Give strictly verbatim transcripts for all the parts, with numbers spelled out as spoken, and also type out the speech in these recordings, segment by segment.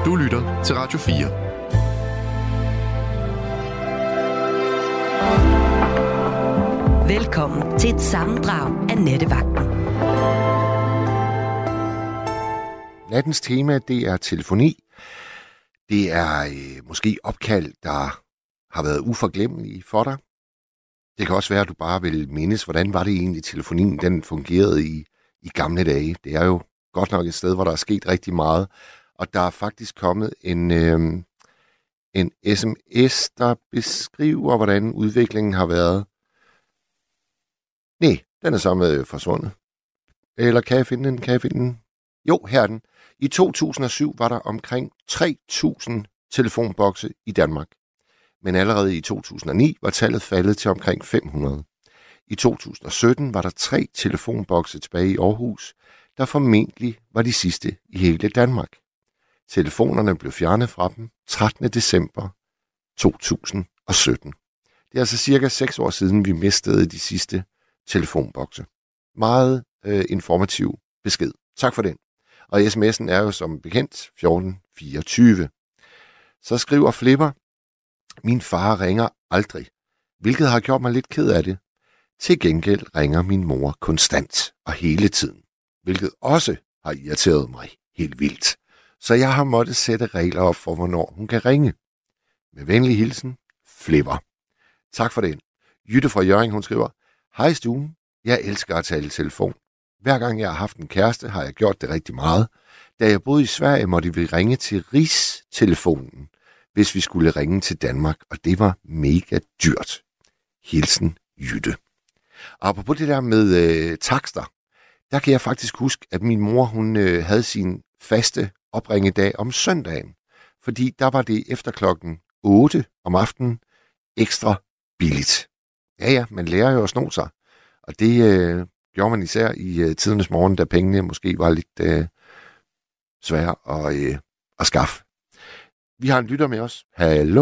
Du lytter til Radio fire. Velkommen til et sammendrag af Nettevagten. Nattens tema, det er telefoni. Det er øh, måske opkald, der har været uforglemmelige for dig. Det kan også være, at du bare vil mindes, hvordan var det egentlig, telefonien den fungerede i, i gamle dage. Det er jo godt nok et sted, hvor der er sket rigtig meget. Og der er faktisk kommet en, øh, en sms, der beskriver, hvordan udviklingen har været. Nej, den er så med forsvundet. Eller kan jeg finde den? Kan jeg finde den? Jo, her er den. I to tusind og syv var der omkring tre tusind telefonbokse i Danmark. Men allerede i to tusind og ni var tallet faldet til omkring fem hundrede. I to tusind og sytten var der tre telefonbokse tilbage i Aarhus, der formentlig var de sidste i hele Danmark. Telefonerne blev fjernet fra dem trettende december to tusind og sytten. Det er altså cirka seks år siden, vi mistede de sidste telefonbokse. Meget øh, informativ besked. Tak for den. Og sms'en er jo som bekendt fjorten fireogtyve. Så skriver Flipper: min far ringer aldrig, hvilket har gjort mig lidt ked af det. Til gengæld ringer min mor konstant og hele tiden, hvilket også har irriteret mig helt vildt. Så jeg har måttet sætte regler op for, hvornår hun kan ringe. Med venlig hilsen, Flipper. Tak for den. Jytte fra Hjørring, hun skriver: hej Stuen, jeg elsker at tale telefon. Hver gang jeg har haft en kæreste, har jeg gjort det rigtig meget. Da jeg boede i Sverige, måtte vi ringe til Rigstelefonen, hvis vi skulle ringe til Danmark, og det var mega dyrt. Hilsen, Jytte. Og apropos det der med øh, takster, der kan jeg faktisk huske, at min mor hun øh, havde sin faste opringedag om søndagen, fordi der var det efter klokken otte om aftenen ekstra billigt. Ja ja, man lærer jo at sno sig, og det øh, gjorde man især i øh, tidernes morgen, da pengene måske var lidt øh, svære at, øh, at skaffe. Vi har en lytter med os. Hallo?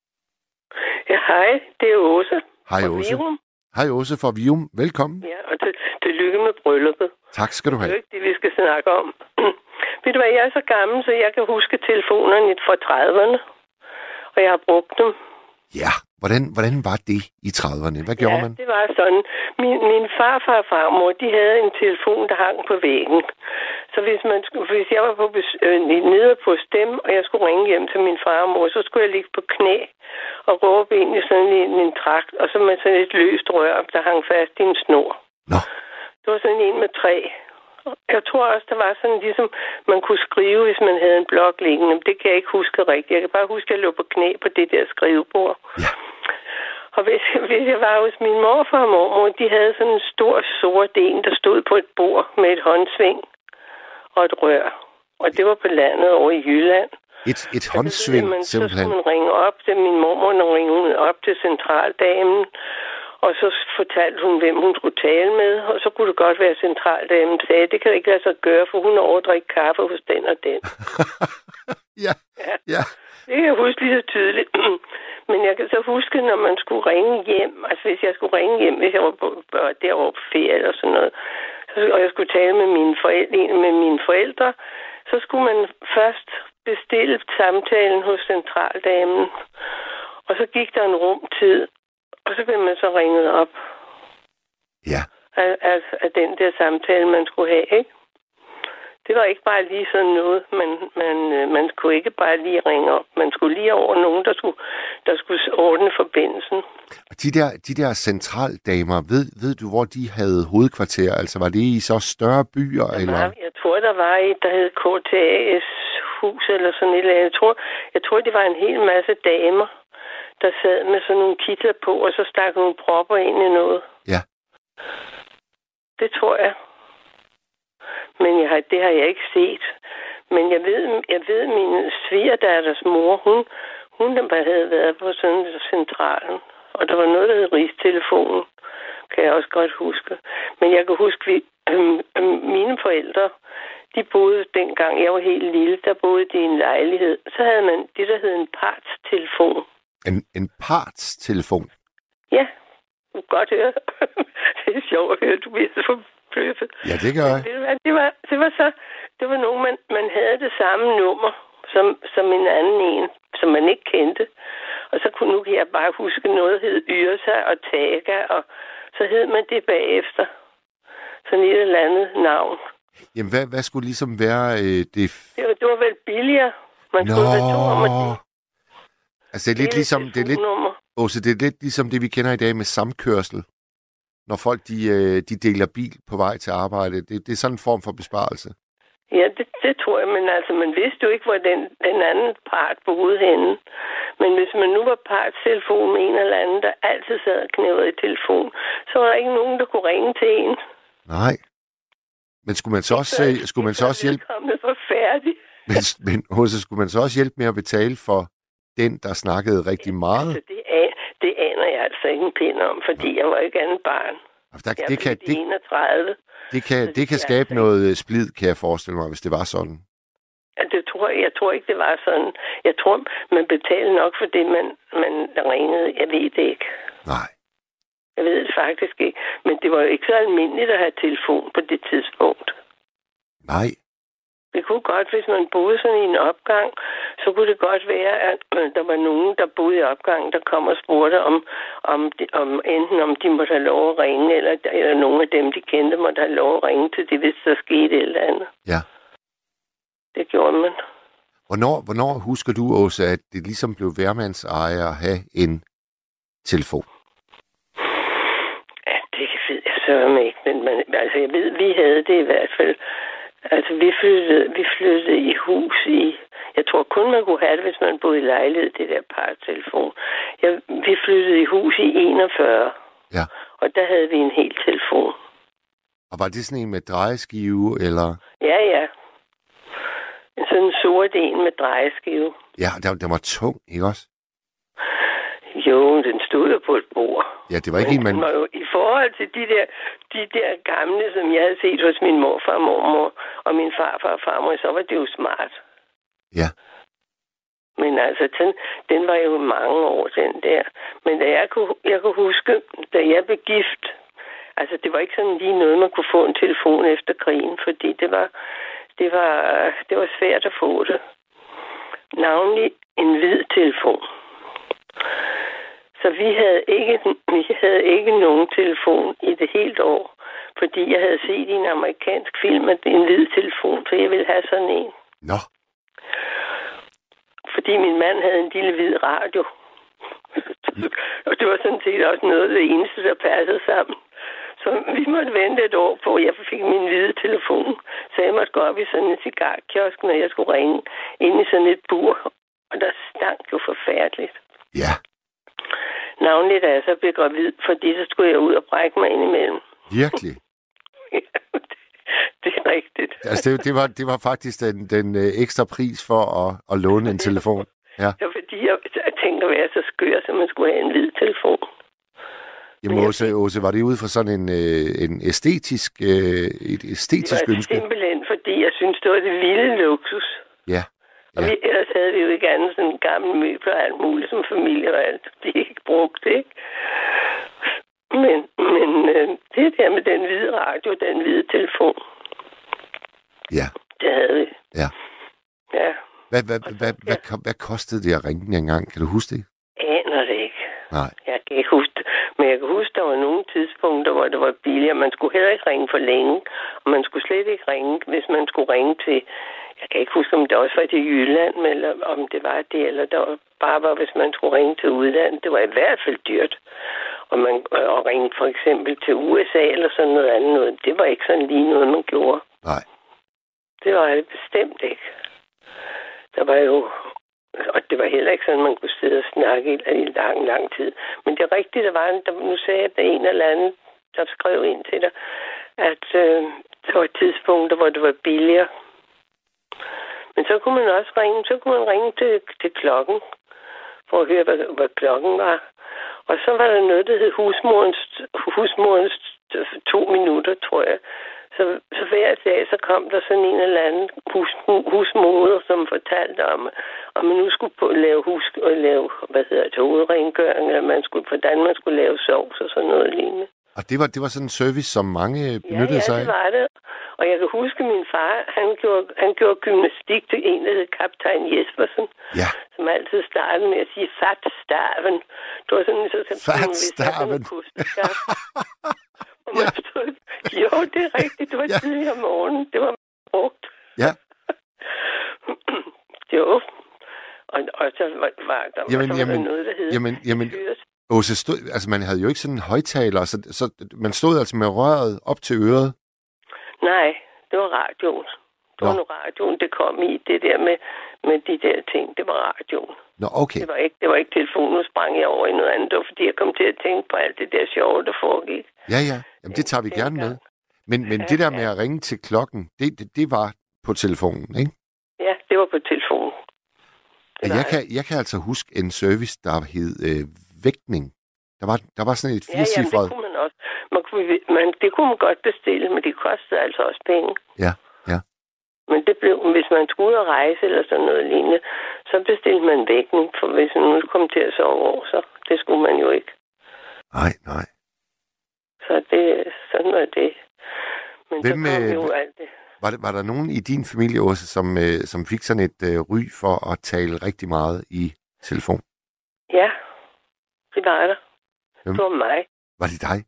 Ja, hej. Det er Åse. Hej Åse. Hej Åse fra Vium. Velkommen. Ja, og til, tillykke med brylluppet. Tak skal du have. Det er ikke det, vi skal snakke om. Ved du hvad, jeg er så gammel, så jeg kan huske telefonerne fra trediverne, og jeg har brugt dem. Ja, hvordan, hvordan var det i trediverne? Hvad gjorde ja, man? det var sådan. Min, min farfar og farmor, de havde en telefon, der hang på væggen. Så hvis, man, hvis jeg var på, øh, nede på dem, og jeg skulle ringe hjem til min far og mor, så skulle jeg ligge på knæ og råbe ind i sådan en, en trakt, og så med sådan et løst rør, der hang fast i en snor. Nå. Det var sådan en med træ. Jeg tror også, der var sådan ligesom, man kunne skrive, hvis man havde en blok liggende. Det kan jeg ikke huske rigtigt. Jeg kan bare huske, at jeg lå på knæ på det der skrivebord. Ja. Og hvis, hvis jeg var hos min morfar og mormor, de havde sådan en stor sort en, der stod på et bord med et håndsving og et rør. Og det var på landet over i Jylland. Et, et håndsving, man, simpelthen? Så skulle man ringe op til min mormor, når ringede op til centraldamen. Og så fortalte hun, hvem hun skulle tale med. Og så kunne det godt være, at centraldamen sagde, det kan ikke lade sig gøre, for hun overdrikker kaffe hos den og den. ja, ja, ja. Det kan jeg huske lige så tydeligt. Men jeg kan så huske, når man skulle ringe hjem, altså hvis jeg skulle ringe hjem, hvis jeg var på, derovre på ferie eller sådan noget, så, og jeg skulle tale med mine forældre, med mine forældre, så skulle man først bestille samtalen hos centraldamen. Og så gik der en rumtid, og så blev man så ringet op. Ja. Af, af, af den der samtale, man skulle have, ikke? Det var ikke bare lige sådan noget. Man, man, man skulle ikke bare lige ringe op. Man skulle lige over nogen, der skulle, der skulle ordne forbindelsen. Og de der, de der centraldamer, ved, ved du, hvor de havde hovedkvarter? Altså, var det i så større byer? Der eller? Var, jeg tror, der var et, der hed K T A S hus eller sådan et eller andet. Jeg tror, jeg tror, det var en hel masse damer, der sad med sådan nogle kitler på, og så stak nogle propper ind i noget. Ja. Det tror jeg. Men jeg har, det har jeg ikke set. Men jeg ved, jeg ved min svigerdatters mor, hun, hun havde været på sådan centralen. Og der var noget, der hed Rigstelefonen. Kan jeg også godt huske. Men jeg kan huske, vi, øh, øh, mine forældre, de boede dengang, jeg var helt lille, der boede de i en lejlighed. Så havde man det, der hed en partstelefon. En, en partstelefon? Ja, du kan godt høre. Det er sjovt at høre, du bliver så forbløffet. Ja, det gør jeg. Det var, det var, det var så, det var nogen, man, man havde det samme nummer, som, som en anden en, som man ikke kendte. Og så kunne nu kan jeg bare huske noget, hed Yrsa og Taga, og så hed man det bagefter. Sådan et eller andet navn. Jamen, hvad, hvad skulle ligesom være øh, det... Det var, det var vel billigere. Man Nå. skulle have to om det. Altså, det er lidt ligesom... Det er lidt, Åse, det er lidt ligesom det, vi kender i dag med samkørsel. Når folk, de, øh, de deler bil på vej til arbejde. Det, det er sådan en form for besparelse. Ja, det, det tror jeg, men altså, man vidste jo ikke, hvor den, den anden part boede henne. Men hvis man nu var partstelefon med en eller anden, der altid sad og knævede i telefon, så var der ikke nogen, der kunne ringe til en. Nej. Men skulle man så også, det, skulle man så også hjælpe... Det var færdig. Men, men Åse, skulle man så også hjælpe med at betale for den, der snakkede rigtig meget? Altså, det, an, det aner jeg altså ikke en pind om, fordi ja. jeg var ikke andet barn. Der, jeg det, kan, det, enogtredive. Det kan, det kan skabe altså noget splid, kan jeg forestille mig, hvis det var sådan. Ja, det tror jeg, jeg tror ikke, det var sådan. Jeg tror, man betalte nok for det, man, man ringede. Jeg ved det ikke. Nej. Jeg ved det faktisk ikke. Men det var jo ikke så almindeligt at have telefon på det tidspunkt. Nej. Det kunne godt, hvis man boede sådan i en opgang, så kunne det godt være, at der var nogen, der boede i opgangen, der kom og spurgte om, om, de, om enten om de måtte have lov at ringe, eller, eller nogen af dem, de kendte, måtte have lov at ringe til det, hvis der skete et eller andet. Ja. Det gjorde man. Hvornår, hvornår husker du, Åse, at det ligesom blev hvermands ejer at have en telefon? Ja, det ved jeg sørme ikke, men man, altså, jeg ved, vi havde det i hvert fald. Altså, vi flyttede, vi flyttede i hus i... Jeg tror kun, man kunne have det, hvis man boede i lejlighed, det der partelefon. Ja, vi flyttede i hus i enogfyrre. Ja. Og der havde vi en hel telefon. Og var det sådan en med drejeskive, eller? Ja, ja. En sådan en sort en med drejeskive. Ja, den, den var tung, ikke også? Jo, den stod jo på et bord. Ja, det var ikke en, man... Jo, i forhold til de der, de der gamle, som jeg havde set hos min morfar og mormor, og min farfar og farmor, så var det jo smart. Ja. Men altså, den, den var jo mange år, den der. Men da jeg kunne, jeg kunne huske, da jeg blev gift, altså det var ikke sådan lige noget, man kunne få en telefon efter krigen, fordi det var, det var, det var svært at få det. Navnlig en hvid telefon. Så vi havde ikke, vi havde ikke nogen telefon i det helt år, fordi jeg havde set i en amerikansk film, at det er en hvid telefon, så jeg ville have sådan en. Nå. Fordi min mand havde en lille hvid radio. Og det var sådan set også noget af det eneste, der passede sammen. Så vi måtte vente et år på, at jeg fik min hvide telefon. Så jeg måtte gå op i sådan en cigarkiosk, når jeg skulle ringe ind i sådan et bur. Og der stank jo forfærdeligt. Ja. Navnligt da jeg så blev gravid, fordi så skulle jeg ud og brække mig indimellem. Virkelig? Ja, det, det er rigtigt. Altså, det, det, var, det var faktisk den, den øh, ekstra pris for at, at låne en telefon. Ja. Det var fordi, jeg, jeg tænkte at være så skør, så man skulle have en hvid telefon. Jamen, Åse, Åse, var det ud fra sådan en, øh, en æstetisk, øh, et æstetisk ønske? ønske? Det var simpelthen, fordi jeg synes, det var det vilde luksus. Ja. Og vi, ellers havde vi jo ikke andet sådan en gammel møbler og alt muligt som familie og alt. De er ikke brugt, ikke? Men, men øh, det der med den hvide radio, den hvide telefon. Ja. Det havde vi. Ja. Ja. Hvad, hvad, hvad, hvad, hvad, hvad kostede det at ringe den engang? Kan du huske det? Aner det ikke. Nej. Jeg kan ikke huske det. Men jeg kan huske, der var nogle tidspunkter, hvor det var billigere. Man skulle heller ikke ringe for længe. Og man skulle slet ikke ringe, hvis man skulle ringe til... Jeg kan ikke huske, om det også var til Jylland, eller om det var det, eller der var bare var, hvis man skulle ringe til udlandet. Det var i hvert fald dyrt. Og man og ringe for eksempel til U S A eller sådan noget andet noget. Det var ikke sådan lige noget, man gjorde. Nej. Det var det bestemt ikke. Der var jo... Og det var heller ikke sådan, man kunne sidde og snakke i, i lang, lang tid. Men det er rigtigt, der var en... Der, nu sagde jeg, at der en eller anden, der skrev ind til dig, at øh, der var tidspunkter, hvor det var billigere. Men så kunne man også ringe, så kunne man ringe til, til klokken, for at høre, hvad, hvad klokken var. Og så var der noget, der hed husmorens, husmorens to minutter, tror jeg. Så, så hver dag, så kom der sådan en eller anden hus, husmoder, som fortalte om, om man nu skulle på, lave hus, og lave, hvad hedder det, hovedrengøring, eller man skulle, hvordan man skulle lave sovs og sådan noget lignende. Og det var, det var sådan en service, som mange benyttede ja, sig af? af? Ja, det var det. Og jeg kan huske, at min far, han gjorde, han gjorde gymnastik til en, der hed kaptajn Jespersen. Ja. Som altid startede med at sige, fat staven. Det var sådan, så fat staven. Og man stod, jo, det er rigtigt. Det var ja. tidligere om morgenen. Det var brugt. Ja. jo. Og, og så var, var der, jamen, så var jamen, der noget, der hed... Jamen, jamen, Åse stod, altså man havde jo ikke sådan en højtaler, så, så man stod altså med røret op til øret. Nej, det var radioen. Det var nu radioen, det kom i, det der med, med de der ting. Det var radioen. Nå, okay. Det var ikke, det var ikke telefonen, nu sprang jeg over i noget andet. Det var, fordi jeg kom til at tænke på alt det der sjove, der foregik. Ja, ja. Jamen, det tager vi gerne med. Men, men ja, det der med ja. at ringe til klokken, det, det, det var på telefonen, ikke? Ja, det var på telefonen. Ja, jeg, kan, jeg kan altså huske en service, der hed øh, vægtning. Der var, der var sådan et firecifret... Ja, ja, det kunne man også. Man kunne, man, det kunne man godt bestille, men det kostede altså også penge. Ja, ja. Men det blev, hvis man skulle ud og rejse eller sådan noget lignende, så bestilte man vægtning, for hvis man nu kom til at sove over, så det skulle man jo ikke. Nej, nej. Så det, sådan var det. Men Hvem, så kom jo alt det. Var, var der nogen i din familie også, som, øh, som fik sådan et øh, ry for at tale rigtig meget i telefon? Ja, det var der. Hvem? Det var mig. Var det dig?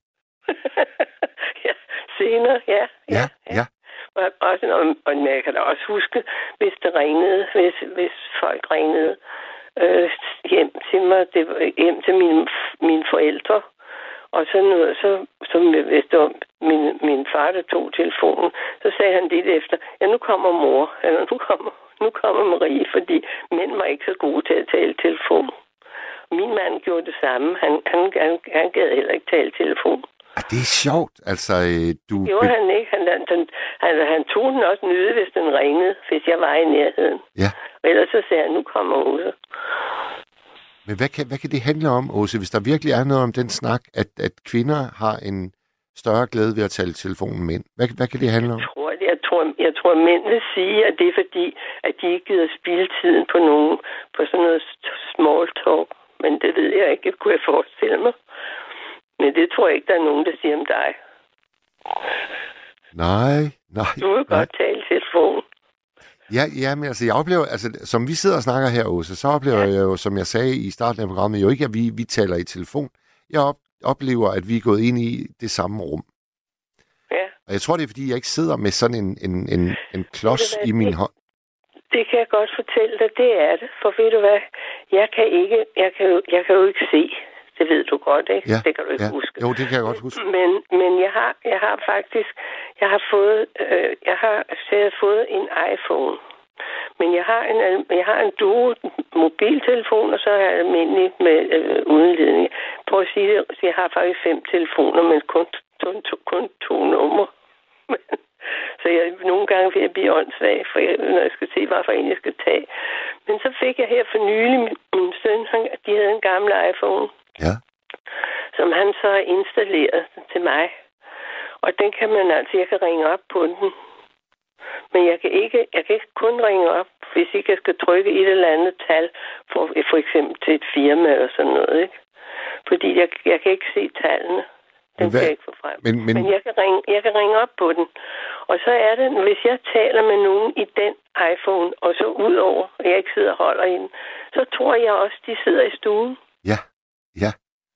ja, senere, ja. Ja, ja. ja. Og, også, og, og jeg kan da også huske, hvis det regnede, hvis, hvis folk ringede øh, hjem til mig, det var hjem til mine, mine forældre, og så noget, så, så hvis det var min, min far, der tog telefonen, så sagde han lidt efter, ja, nu kommer mor, eller nu kommer, nu kommer Marie, fordi mænd var ikke så gode til at tale telefon. Min mand gjorde det samme. Han, han, han, han gad heller ikke tale telefon. Ah, det er sjovt. Altså, du... Det gjorde han ikke. Han, han, han, han tog den også nyde, hvis den ringede, hvis jeg var i nærheden. Ja. Og ellers så sagde han, nu kommer Åse. Men hvad kan, hvad kan det handle om, Åse, hvis der virkelig er noget om den snak, at, at kvinder har en større glæde ved at tale telefonen mænd? Hvad, hvad kan det handle om? Jeg tror, jeg tror, jeg tror mænd vil sige, at det er fordi, at de ikke gider spilde tiden på nogen, på sådan noget small talk. Men det ved jeg ikke, det kunne jeg forestille mig. Men det tror jeg ikke, der er nogen, der siger om dig. Nej, nej. Du vil nej. godt tale telefon. Ja, ja, men altså, jeg oplever, altså, som vi sidder og snakker her, Åse, så oplever ja. jeg jo, som jeg sagde i starten af programmet, jo ikke, at vi, vi taler i telefon. Jeg op, oplever, at vi er gået ind i det samme rum. Ja. Og jeg tror, det er, fordi jeg ikke sidder med sådan en, en, en, en klods det, i min hånd. Det kan jeg godt fortælle dig, det er det. For ved du hvad, jeg kan ikke, jeg kan jo, jeg kan jo ikke se. Det ved du godt, ikke? Ja, det kan du ikke ja. huske. Jo, det kan jeg godt huske. Men, men jeg har, jeg har faktisk, jeg har fået, øh, jeg har, så jeg har fået en iPhone. Men jeg har en, jeg har en duo mobiltelefon, og så er jeg almindelig med øh, udenledning. Prøv at sige det, jeg har faktisk fem telefoner, men kun, kun, to, kun to numre. Så jeg nogle gange vil jeg blive åndssvag, for jeg, når jeg skal se, hvad for en jeg skal tage. Men så fik jeg her for nylig, min, min søn, han, de havde en gammel iPhone, ja. som han så har installeret til mig. Og den kan man altså, jeg kan ringe op på den. Men jeg kan ikke, jeg kan ikke kun ringe op, hvis ikke jeg skal trykke et eller andet tal, for, for eksempel til et firma eller sådan noget, ikke? Fordi jeg, jeg kan ikke se tallene. Den kan jeg ikke få frem. Men, men... men jeg, kan ringe, jeg kan ringe op på den. Og så er det, hvis jeg taler med nogen i den iPhone, og så ud over, at jeg ikke sidder og holder i den, så tror jeg også, de sidder i stuen. Ja, ja.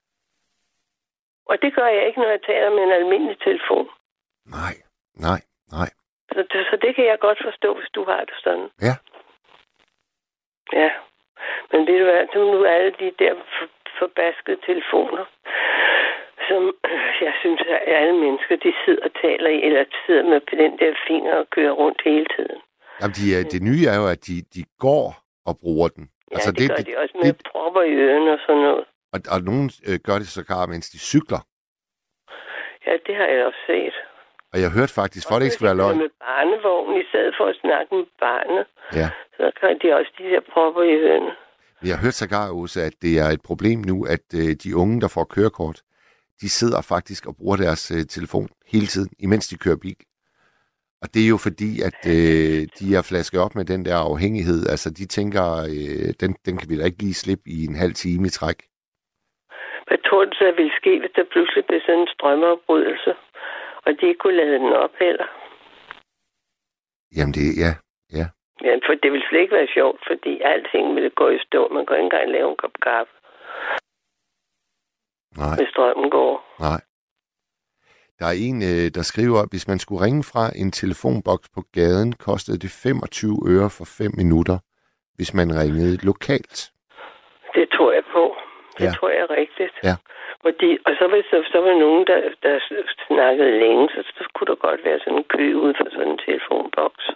Og det gør jeg ikke, når jeg taler med en almindelig telefon. Nej, nej, nej. Så det, så det kan jeg godt forstå, hvis du har det sådan. Ja. Ja. Men ved du hvad, så nu alle de der for, forbaskede telefoner, som jeg synes, at alle mennesker, de sidder og taler i, eller sidder med den der finger og kører rundt hele tiden. Jamen, de er, det nye er jo, at de, de går og bruger den. Ja, altså, det, det gør de også med det, propper i ørerne og sådan noget. Og, og nogen øh, gør det sågar, mens de cykler. Ja, det har jeg også set. Og jeg hørte faktisk, for det ikke skal være løgn. Med barnevogn, i stedet for at snakke med barnet, ja. Så kan de også de der propper i ørerne. Men jeg hørte sågar også, at det er et problem nu, at øh, de unge, der får kørekort, de sidder faktisk og bruger deres øh, telefon hele tiden, imens de kører bil. Og det er jo fordi, at øh, de er flasket op med den der afhængighed. Altså, de tænker, øh, den, den kan vi da ikke lige slippe i en halv time i træk. Hvad tror du så ville ske, hvis der pludselig blev sådan en strømafbrydelse, og de ikke kunne lade den op heller? Jamen det, ja, ja. Ja, for det ville slet ikke være sjovt, fordi alting ville gå i stå. Man kan ikke engang lave en kop kaffe. Nej. Hvis strømmen går. Nej. Der er en, der skriver, at hvis man skulle ringe fra en telefonboks på gaden, kostede det femogtyve øre for fem minutter, hvis man ringede lokalt. Det tror jeg på. Det ja. tror jeg er rigtigt. Ja. Fordi, og så hvis der så var nogen, der, der snakkede længe, så, så kunne der godt være sådan en kø ud for sådan en telefonboks.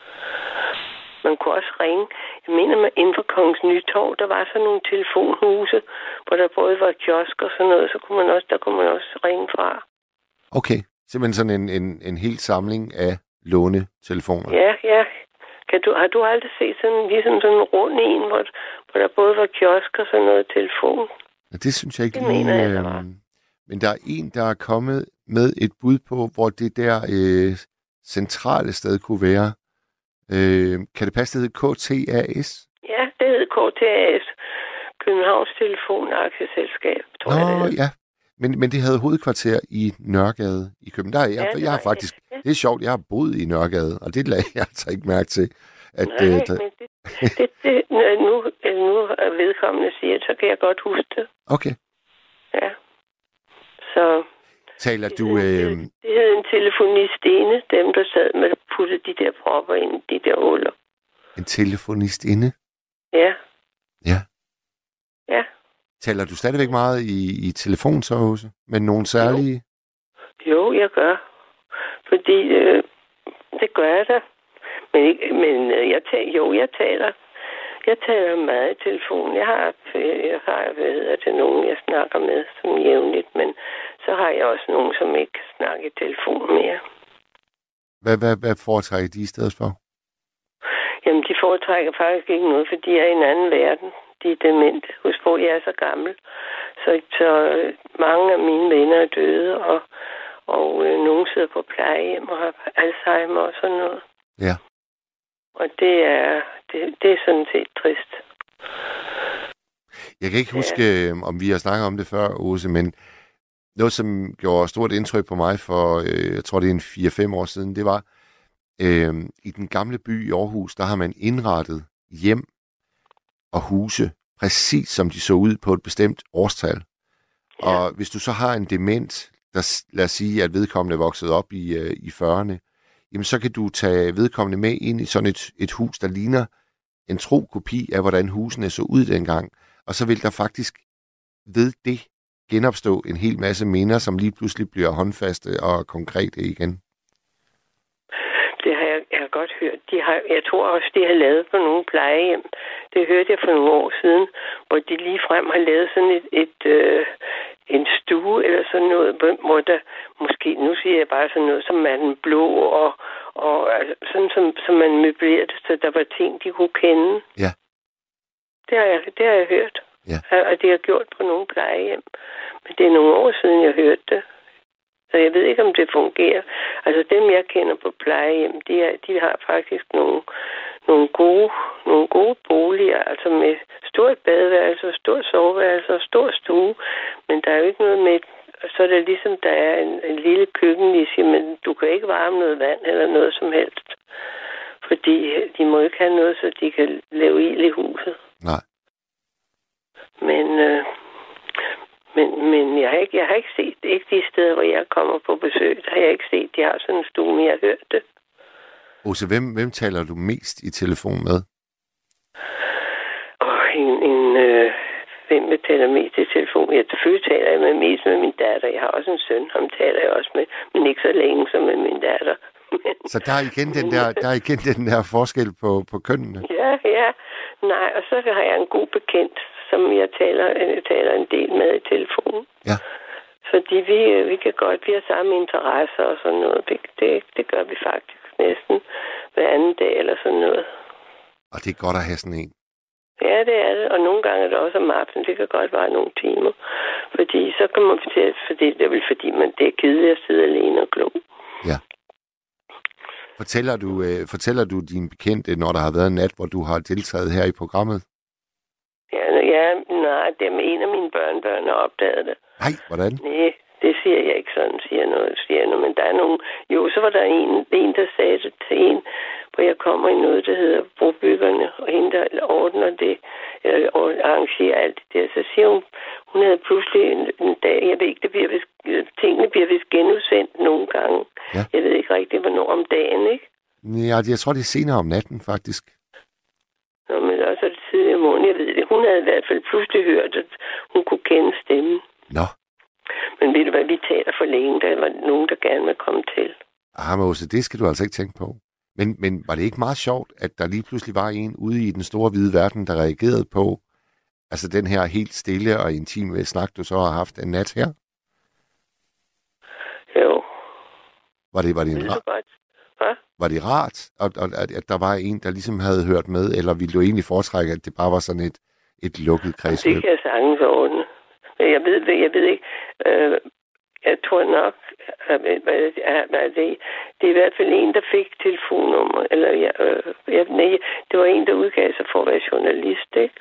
Man kunne også ringe. Jeg mener, at inden for Kongens Nytorv, der var sådan nogle telefonhuse, hvor der både var kiosk og sådan noget, så kunne man også, der kunne man også ringe fra. Okay, simpelthen sådan en, en, en hel samling af lånetelefoner. Ja, ja. Kan du, har du aldrig set sådan, ligesom sådan en rund en, hvor, hvor der både var kiosk og sådan noget telefon? Ja, det synes jeg ikke det lige. Mener jeg, der var. Men der er en, der er kommet med et bud på, hvor det der øh, centrale sted kunne være. Øh, kan det passe, det hedder K T A S? Ja, det hedder K T A S. Københavns Telefon Aktieselskab, tror Nå, jeg, det ja. Men, men det havde hovedkvarter i Nørregade i København. Jeg, ja, jeg har faktisk, ja. Det er sjovt, jeg har boet i Nørregade, og det lagde jeg altså ikke mærke til. At, Nej, øh, der... men det, det, det, nu, nu er vedkommende siger, så kan jeg godt huske det. Okay. Ja. Så... Taler du... Det, øh... det hed en telefonist inde, dem der sad med at putte de der propper ind i de der huller. En telefonist inde? Ja. Ja. Ja. Taler du stadigvæk meget i, i telefon så, Åse? Men nogle særlige? Jo, jo jeg gør. Fordi øh, det gør jeg da. Men, ikke, men øh, jeg taler, jo, jeg taler. Jeg taler meget i telefon. Jeg har, jeg har hvad hedder det, nogen, jeg snakker med som jævnligt, men så har jeg også nogen, som ikke snakker i telefon mere. Hvad, hvad, hvad foretrækker de i stedet for? Jamen, de foretrækker faktisk ikke noget, for de er i en anden verden. De er demente. Husk på, jeg er så gammel. Så, så mange af mine venner er døde, og, og øh, nogen sidder på plejehjem og har Alzheimer og sådan noget. Ja. Og det er, det, det er sådan set trist. Jeg kan ikke huske, ja. om vi har snakket om det før, Åse, men noget, som gjorde stort indtryk på mig for, øh, jeg tror, det er en fire fem år siden, det var, øh, i den gamle by i Aarhus, der har man indrettet hjem og huse, præcis som de så ud på et bestemt årstal. Ja. Og hvis du så har en dement, der lad os sige, at vedkommende er vokset op i, øh, i fyrrerne, jamen så kan du tage vedkommende med ind i sådan et, et hus, der ligner en tro kopi af, hvordan husene så ud dengang. Og så vil der faktisk ved det genopstå en hel masse minder, som lige pludselig bliver håndfaste og konkrete igen. Det har jeg, jeg har godt hørt. De har, jeg tror også, de har lavet på nogle plejehjem. Det hørte jeg for nogle år siden, hvor de lige frem har lavet sådan et, et øh, en stue eller sådan noget, hvor der måske, nu siger jeg bare sådan noget, som er den blå, og, og altså, sådan som, som man møblerede det, så der var ting, de kunne kende. Ja. Det har jeg, det har jeg hørt. Ja. Og det har gjort på nogle plejehjem. Men det er nogle år siden, jeg hørte det. Så jeg ved ikke, om det fungerer. Altså dem, jeg kender på plejehjem, de, er, de har faktisk nogle, nogle, gode, nogle gode boliger, altså med stort badeværelse, stort soveværelse og stor stue. Men der er jo ikke noget med, så er det ligesom, der er en, en lille køkkennisje, men du kan ikke varme noget vand eller noget som helst. Fordi de må ikke have noget, så de kan lave ild i huset. Nej. Men... Øh, Men, men jeg, har ikke, jeg har ikke set, ikke de steder, hvor jeg kommer på besøg, der har jeg ikke set, de har sådan en stue, men jeg har hørt det. Åse, hvem, hvem taler du mest i telefon med? Åh, en, en øh, hvem jeg taler mest i telefon? Jeg selvfølgelig taler jeg med mest med min datter. Jeg har også en søn, ham taler jeg også med, men ikke så længe som med min datter. Men, så der er igen den der, der er igen den der forskel på, på kønnene? Ja, ja. Nej, og så har jeg en god bekendt, som jeg taler, jeg taler en del med i telefonen. Ja. Fordi vi, vi kan godt, vi har samme interesser og sådan noget. Det, det, det gør vi faktisk næsten hver anden dag eller sådan noget. Og det er godt at have sådan en. Ja, det er det. Og nogle gange er det også om aftenen. Det kan godt være nogle timer. Fordi så kan man fortælle, fordi det er vel fordi, man det er kedeligt at sidde alene og glo. Ja. Fortæller du, øh, fortæller du din bekendte, når der har været en nat, hvor du har deltaget her i programmet? Ja, Ja, nej, det er en af mine børnebørn, der opdagede det. Nej, hvordan? Nej, det siger jeg ikke sådan, siger noget, siger noget. Men der er nogen... Jo, så var der en, en der sagde det til en, hvor jeg kommer i noget, der hedder Brobyggerne, og hende, der ordner det, eller arrangerer alt det der. Så siger hun, hun havde pludselig en, en dag, jeg ved ikke, det bliver vist, tingene bliver vist genudsendt nogle gange. Ja. Jeg ved ikke rigtig, hvornår om dagen, ikke? Ja, jeg tror, det er senere om natten, faktisk. Nå, men også er det tidligere om morgenen, jeg ved det. Hun havde i hvert fald pludselig hørt, at hun kunne kende stemmen. Nå. Men ved du hvad, vi taler for længe, der var nogen, der gerne vil komme til. Ah, men også, det skal du altså ikke tænke på. Men, men var det ikke meget sjovt, at der lige pludselig var en ude i den store hvide verden, der reagerede på altså den her helt stille og intime snak, du så har haft en nat her? Jo. Var det, var det, en ra- Hvad? var det rart, at, at, at der var en, der ligesom havde hørt med, eller ville du egentlig foretrække, at det bare var sådan et, et lukket kredsløb? Det kan jeg sagtens ordne. Men jeg ved, jeg ved ikke, øh, jeg tror nok, at, at det, det er i hvert fald en, der fik telefonnummer, eller jeg, øh, jeg, nej, det var en, der udgav sig for at være journalist, ikke?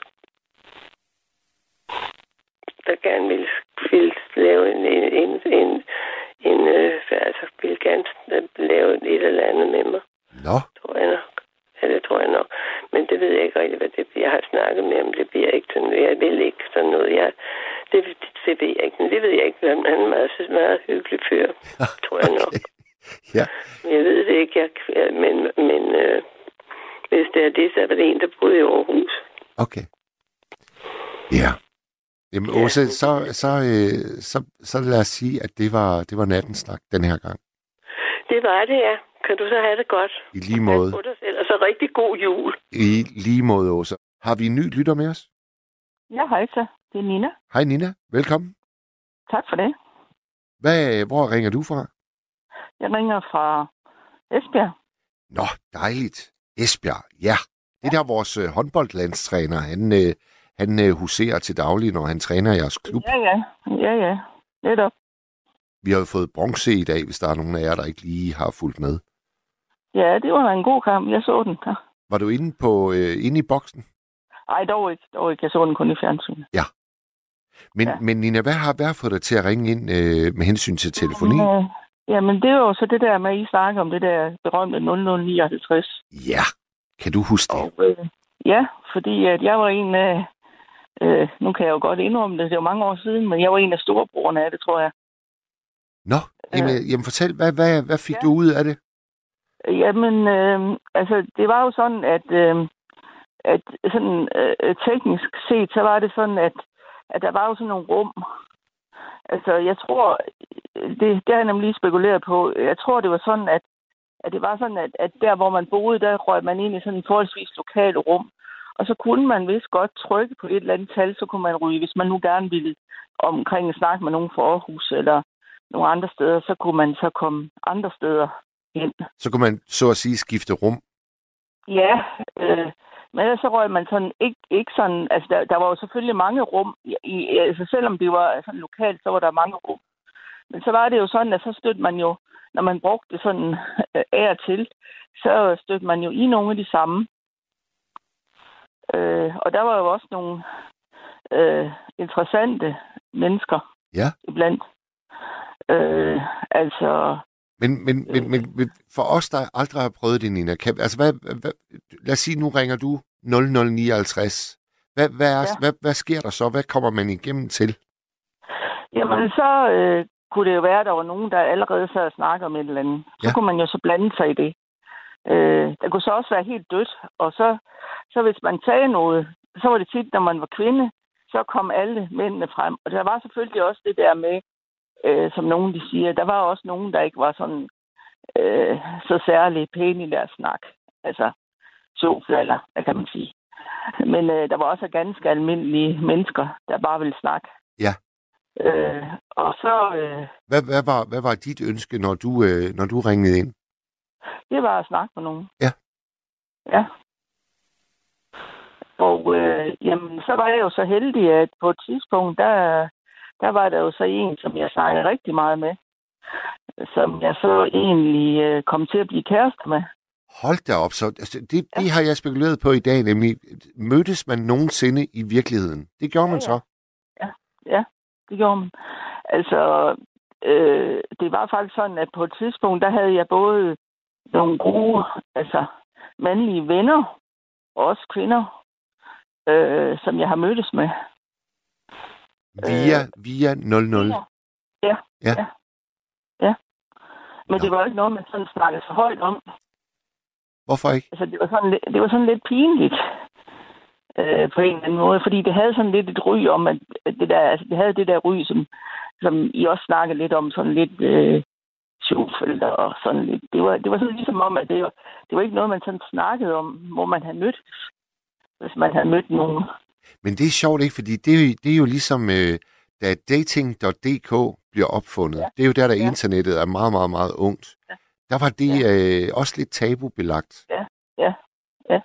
Der gerne ville, ville lave en, en, en, en, en øh, altså ville gerne lave et eller andet med mig. Nå. Tror jeg nok. Ja, det tror jeg nok. Men det ved jeg ikke rigtig, hvad det bliver. Jeg har snakket med ham, det bliver ikke sådan, jeg vil ikke sådan noget. Jeg, det, det, det ved jeg ikke, men det ved jeg ikke. Han er en meget, meget hyggelig fyr, tror jeg nok. Ja. Men jeg ved det ikke, jeg, men, men øh, hvis det er det, så er det en, der boede i Aarhus. Okay. Ja. Jamen, ja. Åse, så, så, øh, så, så lad os sige, at det var, det var nattens snak den her gang. Det var det, ja. Kan du så have det godt? I lige måde. Og så rigtig god jul. I lige måde, Åse. Har vi en ny lytter med os? Ja, hej så. Det er Nina. Hej Nina, velkommen. Tak for det. Hvad, hvor ringer du fra? Jeg ringer fra Esbjerg. Nå, dejligt. Esbjerg, ja. Det der vores øh, håndboldlandstræner, han, øh, han øh, huserer til daglig, når han træner i jeres klub. Ja, ja. Ja, ja. Netop. Vi har jo fået bronze i dag, hvis der er nogen af jer, der ikke lige har fulgt med. Ja, det var en god kamp. Jeg så den. Ja. Var du inde, på, øh, inde i boksen? Nej, dog ikke. Dog ikke. Jeg så den kun i fjernsynet. Ja. Men, ja. men Nina, hvad har, hvad har fået dig til at ringe ind øh, med hensyn til telefoni? Jamen, øh, jamen, det er jo så det der med, at I snakker om det der berømte nul nul nioghalvtreds. Ja. Kan du huske det? Og, øh, ja, fordi at jeg var en af... Øh, nu kan jeg jo godt indrømme det. Det var mange år siden, men jeg var en af storebrorne af det, tror jeg. Nå, jamen, øh, jamen fortæl, hvad, hvad, hvad fik ja. du ud af det? Jamen, øh, altså, det var jo sådan, at, øh, at sådan øh, teknisk set, så var det sådan, at, at der var jo sådan nogle rum. Altså, jeg tror, det, det har jeg nemlig lige spekuleret på. Jeg tror, det var sådan, at, at det var sådan, at, at der, hvor man boede, der røg man ind i sådan en forholdsvis lokale rum. Og så kunne man vist godt trykke på et eller andet tal, så kunne man ryge, hvis man nu gerne ville omkring at snakke med nogen fra Aarhus eller nogle andre steder, så kunne man så komme andre steder ind. Så kunne man så at sige skifte rum? Ja, øh, men ellers så røg man sådan ikke, ikke sådan, altså der, der var jo selvfølgelig mange rum, i, altså selvom det var sådan lokalt, så var der mange rum. Men så var det jo sådan, at så stødte man jo, når man brugte det sådan øh, af og til, så stødte man jo i nogle af de samme. Øh, og der var jo også nogle øh, interessante mennesker ja. iblandt. Øh, altså... Men, men, øh, men, men for os, der aldrig har prøvet det, Nina, kan, altså hvad, hvad, lad os sige, nu ringer du nul nul nioghalvtreds. Hvad, hvad, er, ja. hvad, hvad sker der så? Hvad kommer man igennem til? Jamen, så øh, kunne det jo være, at der var nogen, der allerede sad og snakkede om et eller andet. Så ja. kunne man jo så blande sig i det. Øh, der kunne så også være helt dødt, og så, så hvis man sagde noget, så var det tit, når man var kvinde, så kom alle mændene frem. Og der var selvfølgelig også det der med, øh, som nogen de siger, der var også nogen, der ikke var sådan øh, så særlig pæne i deres snak. Altså, sjovflaller, kan man sige. Men øh, der var også ganske almindelige mennesker, der bare ville snakke. Ja. Øh, og så... Øh, hvad, hvad, var, hvad var dit ønske, når du, øh, når du ringede ind? Det var at snakke med nogen. Ja. Ja. Og øh, jamen, så var jeg jo så heldig, at på et tidspunkt, der, der var der jo så en, som jeg snakkede rigtig meget med. Som jeg så egentlig øh, kom til at blive kæreste med. Hold da op, så altså, det, ja. det har jeg spekuleret på i dag, nemlig mødtes man nogensinde i virkeligheden? Det gjorde ja, man så? Ja, ja, det gjorde man. Altså, øh, det var faktisk sådan, at på et tidspunkt, der havde jeg både nogle gode, altså mandlige venner, og også kvinder, øh, som jeg har mødtes med. Via, øh, via nul nul? Ja, ja. ja. ja. Men Nå. det var ikke noget, man sådan snakkede så højt om. Hvorfor ikke? Altså, det var sådan, lidt, det var sådan lidt pinligt øh, på en eller anden måde, fordi det havde sådan lidt et ry om, at det der, altså, det havde det der ry, som, som I også snakkede lidt om, sådan lidt øh, sjovfølter og sådan lidt. Det var, det var sådan ligesom om, at det var, det var ikke noget, man sådan snakkede om, hvor man havde mødt, hvis man havde mødt nogen. Men det er sjovt, ikke? Fordi det er jo, det er jo ligesom, øh, da dating punktum d k bliver opfundet. Ja. Det er jo der, der ja. internettet er meget, meget, meget ungt. Ja. Der var det ja. øh, også lidt tabubelagt. Ja, ja, ja.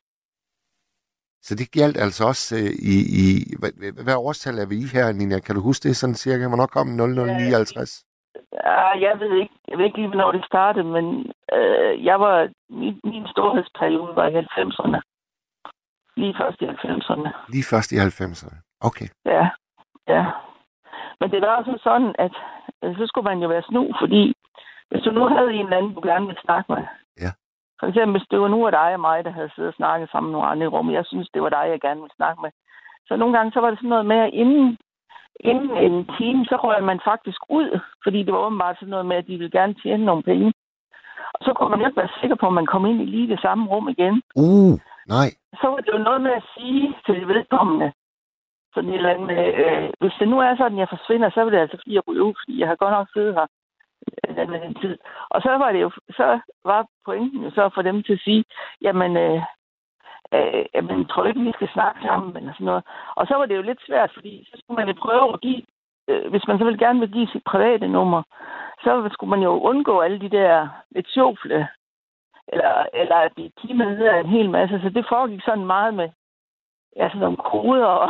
Så det galt altså også øh, i... i hvad, hvad årstal er vi i her, Nina? Kan du huske det sådan cirka? Hvornår kom nul nul nioghalvtreds? Ja, jeg ved ikke. Jeg ved ikke lige, hvornår det startede, men øh, jeg var... Min, min storhedsperiode var i halvfemserne. Lige først i halvfemserne. Lige først i halvfemserne. Okay. Ja, ja. Men det var også sådan, at øh, så skulle man jo være snu, fordi hvis du nu havde en eller anden, du gerne ville snakke med. Ja. For eksempel, hvis det var nu af dig og mig, der havde siddet og snakket sammen med nogle andre i rummet. Jeg synes, det var dig, jeg gerne ville snakke med. Så nogle gange, så var det sådan noget med, at inden, inden en time, så røg man faktisk ud. Fordi det var åbenbart sådan noget med, at de ville gerne tjene nogle penge. Og så kunne man jo ikke være sikker på, at man kom ind i lige det samme rum igen. Uh, nej. Så var det jo noget med at sige til de vedkommende. Sådan et eller andet med, øh, hvis det nu er sådan, at jeg forsvinder, så vil det altså fordi jeg ryger ud, fordi jeg har godt nok siddet her den, den tid. Og så var det jo, så var pointen jo så for dem til at sige, jamen, øh, øh, jamen, tror ikke, vi skal snakke sammen, eller sådan noget. Og så var det jo lidt svært, fordi så skulle man jo prøve at give, øh, hvis man så ville gerne vil give sit private nummer, så skulle man jo undgå alle de der lidt sjovle, eller, eller at de kimede en hel masse. Så det foregik sådan meget med, ja, sådan nogle koder, og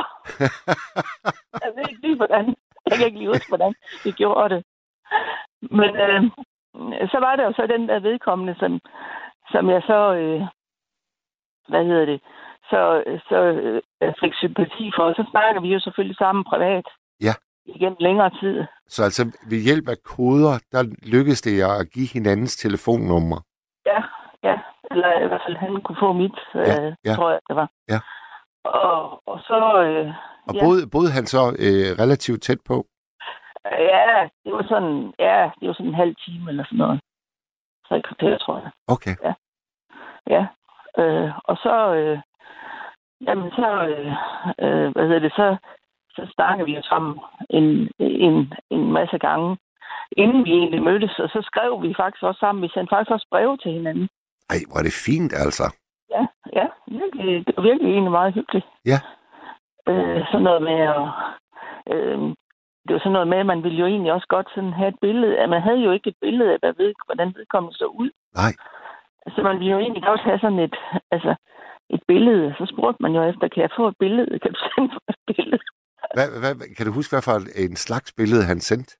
jeg ved ikke lige, hvordan, jeg kan ikke lige huske, hvordan det gjorde det. Men øh, så var det jo så den der vedkommende, som, som jeg så, øh, hvad hedder det, så, så øh, fik sympati for. Og så snakker vi jo selvfølgelig sammen privat. Ja. Igen længere tid. Så altså ved hjælp af koder, der lykkedes det jer at give hinandens telefonnummer? Ja, ja. Eller i hvert fald han kunne få mit, ja, øh, ja. tror jeg, det var. Ja. Og, og så... Øh, og ja. boede, boede han så øh, relativt tæt på? Ja, det var sådan, ja, det var sådan en halv time eller sådan noget. Så et kvarter, tror jeg. Okay. Ja. Ja. Øh, og så, øh, jamen så, øh, øh, hvad hedder det, så, så snakkede vi jo sammen en, en, en masse gange, inden vi egentlig mødtes, og så skrev vi faktisk også sammen. Vi sendte faktisk også breve til hinanden. Ej, hvor er det fint, altså. Ja, ja, virkelig, det var virkelig egentlig meget hyggeligt. Ja. Øh, sådan noget med at... Øh, det var sådan noget med, at man ville jo egentlig også godt sådan have et billede. At man havde jo ikke et billede af, hvad ved, hvordan vedkommende så ud. Nej. Så man ville jo egentlig godt have sådan et, altså, et billede. Så spurgte man jo efter, kan jeg få et billede? Kan du sende mig et billede? Hvad, hvad, kan du huske, hvad for en slags billede han sendte?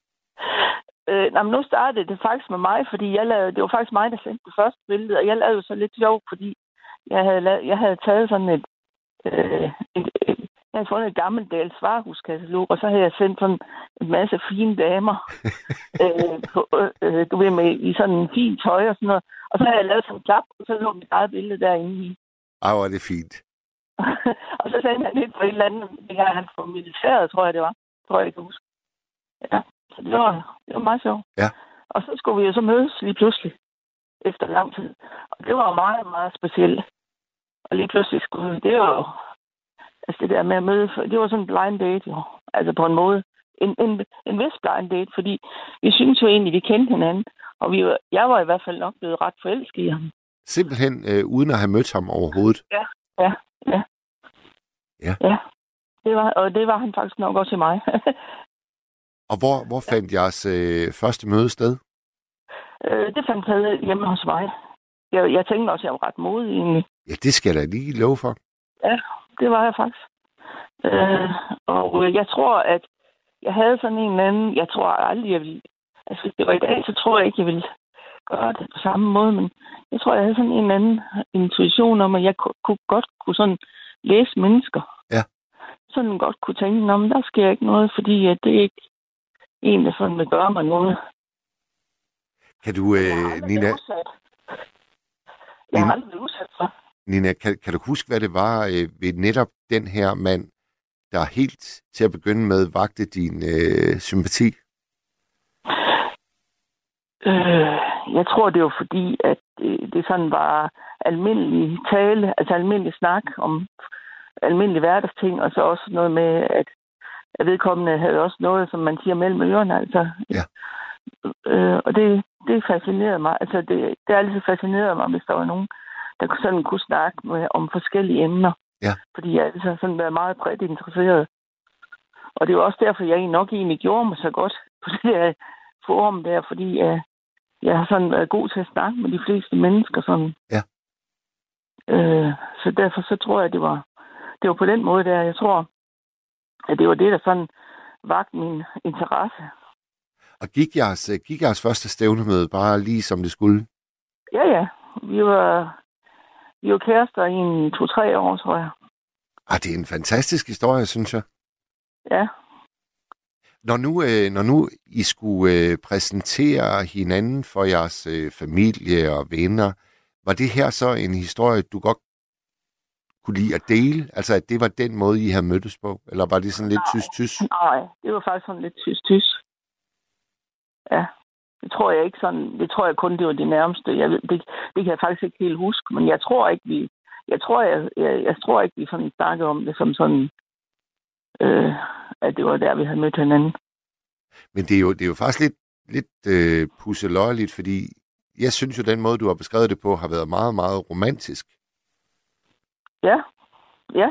Øh, nej, men nu startede det faktisk med mig, fordi jeg lavede, det var faktisk mig, der sendte det første billede. Og jeg lavede jo så lidt sjov, fordi jeg havde, lavet, jeg havde taget sådan et, øh, et, et jeg havde fundet et gammeldags varehuskatalog, og så havde jeg sendt sådan en masse fine damer øh, på, øh, du ved, med, i sådan en fin tøj og sådan noget. Og så havde jeg lavet sådan en klap, og så lå mit eget billede derinde i. Ej, hvor er det fint. Og så sendte han lidt på et eller andet, det her han fra militæret, tror jeg det var. Tror jeg, jeg kan huske. Ja, så det var, det var meget sjovt. Ja. Og så skulle vi jo så mødes lige pludselig, efter lang tid. Og det var meget, meget specielt. Og lige pludselig skulle vi, det var jo, altså det der med at møde, det var sådan en blind date jo. Altså på en måde. En, en, en vis blind date, fordi vi synes jo egentlig, vi kendte hinanden. Og vi var, jeg var i hvert fald nok blevet ret forelsket i ham. Simpelthen øh, uden at have mødt ham overhovedet? Ja, ja, ja. Ja. Ja, det var, og det var han faktisk nok også til mig. Og hvor, hvor fandt ja. jeres øh, første møde sted? Øh, det fandt sted hjemme hos mig. Jeg, jeg tænkte også, at jeg var ret modig egentlig. Ja, det skal jeg da lige love for. Ja, det var jeg faktisk. Øh, og jeg tror, at jeg havde sådan en eller anden... Jeg tror aldrig, jeg ville... Altså, hvis det var i dag, så tror jeg ikke, jeg ville gøre det på samme måde, men jeg tror, jeg havde sådan en anden intuition om, at jeg kunne godt kunne sådan læse mennesker. Ja. Sådan godt kunne tænke, nå, men der sker ikke noget, fordi at det er ikke en, der sådan vil gøre mig noget. Kan du, øh, Nina... Jeg har aldrig været udsat for. Nina, kan, kan du huske, hvad det var øh, ved netop den her mand, der helt til at begynde med vagte din øh, sympati? Øh, jeg tror, det var fordi, at det, det sådan var almindelig tale, altså almindelig snak om almindelige hverdagsting, og så også noget med, at, at vedkommende havde også noget, som man siger, mellem ørerne. Altså. Ja. Øh, og det, det fascinerede mig. Altså, det, det har altid fascineret mig, hvis der var nogen, der sådan kunne snakke med, om forskellige emner. Ja. Fordi jeg altid har sådan været meget bredt interesseret. Og det er også derfor, jeg nok egentlig gjorde mig så godt på det der forum der, fordi jeg, jeg har sådan været god til at snakke med de fleste mennesker. Sådan. Ja. Øh, så derfor så tror jeg, det var, det var på den måde der. Jeg tror, at det var det, der sådan vagte min interesse. Og gik jeres, gik jeres første stævnemøde bare lige som det skulle? Ja, ja. Vi var, vi var kærester i en to-tre år, tror jeg. Ah, det er en fantastisk historie, synes jeg. Ja. Når nu, øh, når nu I skulle øh, præsentere hinanden for jeres øh, familie og venner, var det her så en historie, du godt kunne lide at dele? Altså, at det var den måde, I havde mødtes på? Eller var det sådan lidt tys-tys? Nej, det var faktisk sådan lidt tys-tys. Ja, det tror jeg ikke sådan. Det tror jeg kun, det var det nærmeste. Jeg ved, det, det kan jeg faktisk ikke helt huske, men jeg tror ikke, vi... Jeg tror, jeg, jeg, jeg tror ikke, vi sådan snakkede om det som sådan... Øh, at det var der, vi havde mødt hinanden. Men det er jo, det er jo faktisk lidt, lidt øh, pusseløjeligt, fordi jeg synes jo, den måde, du har beskrevet det på, har været meget, meget romantisk. Ja, ja.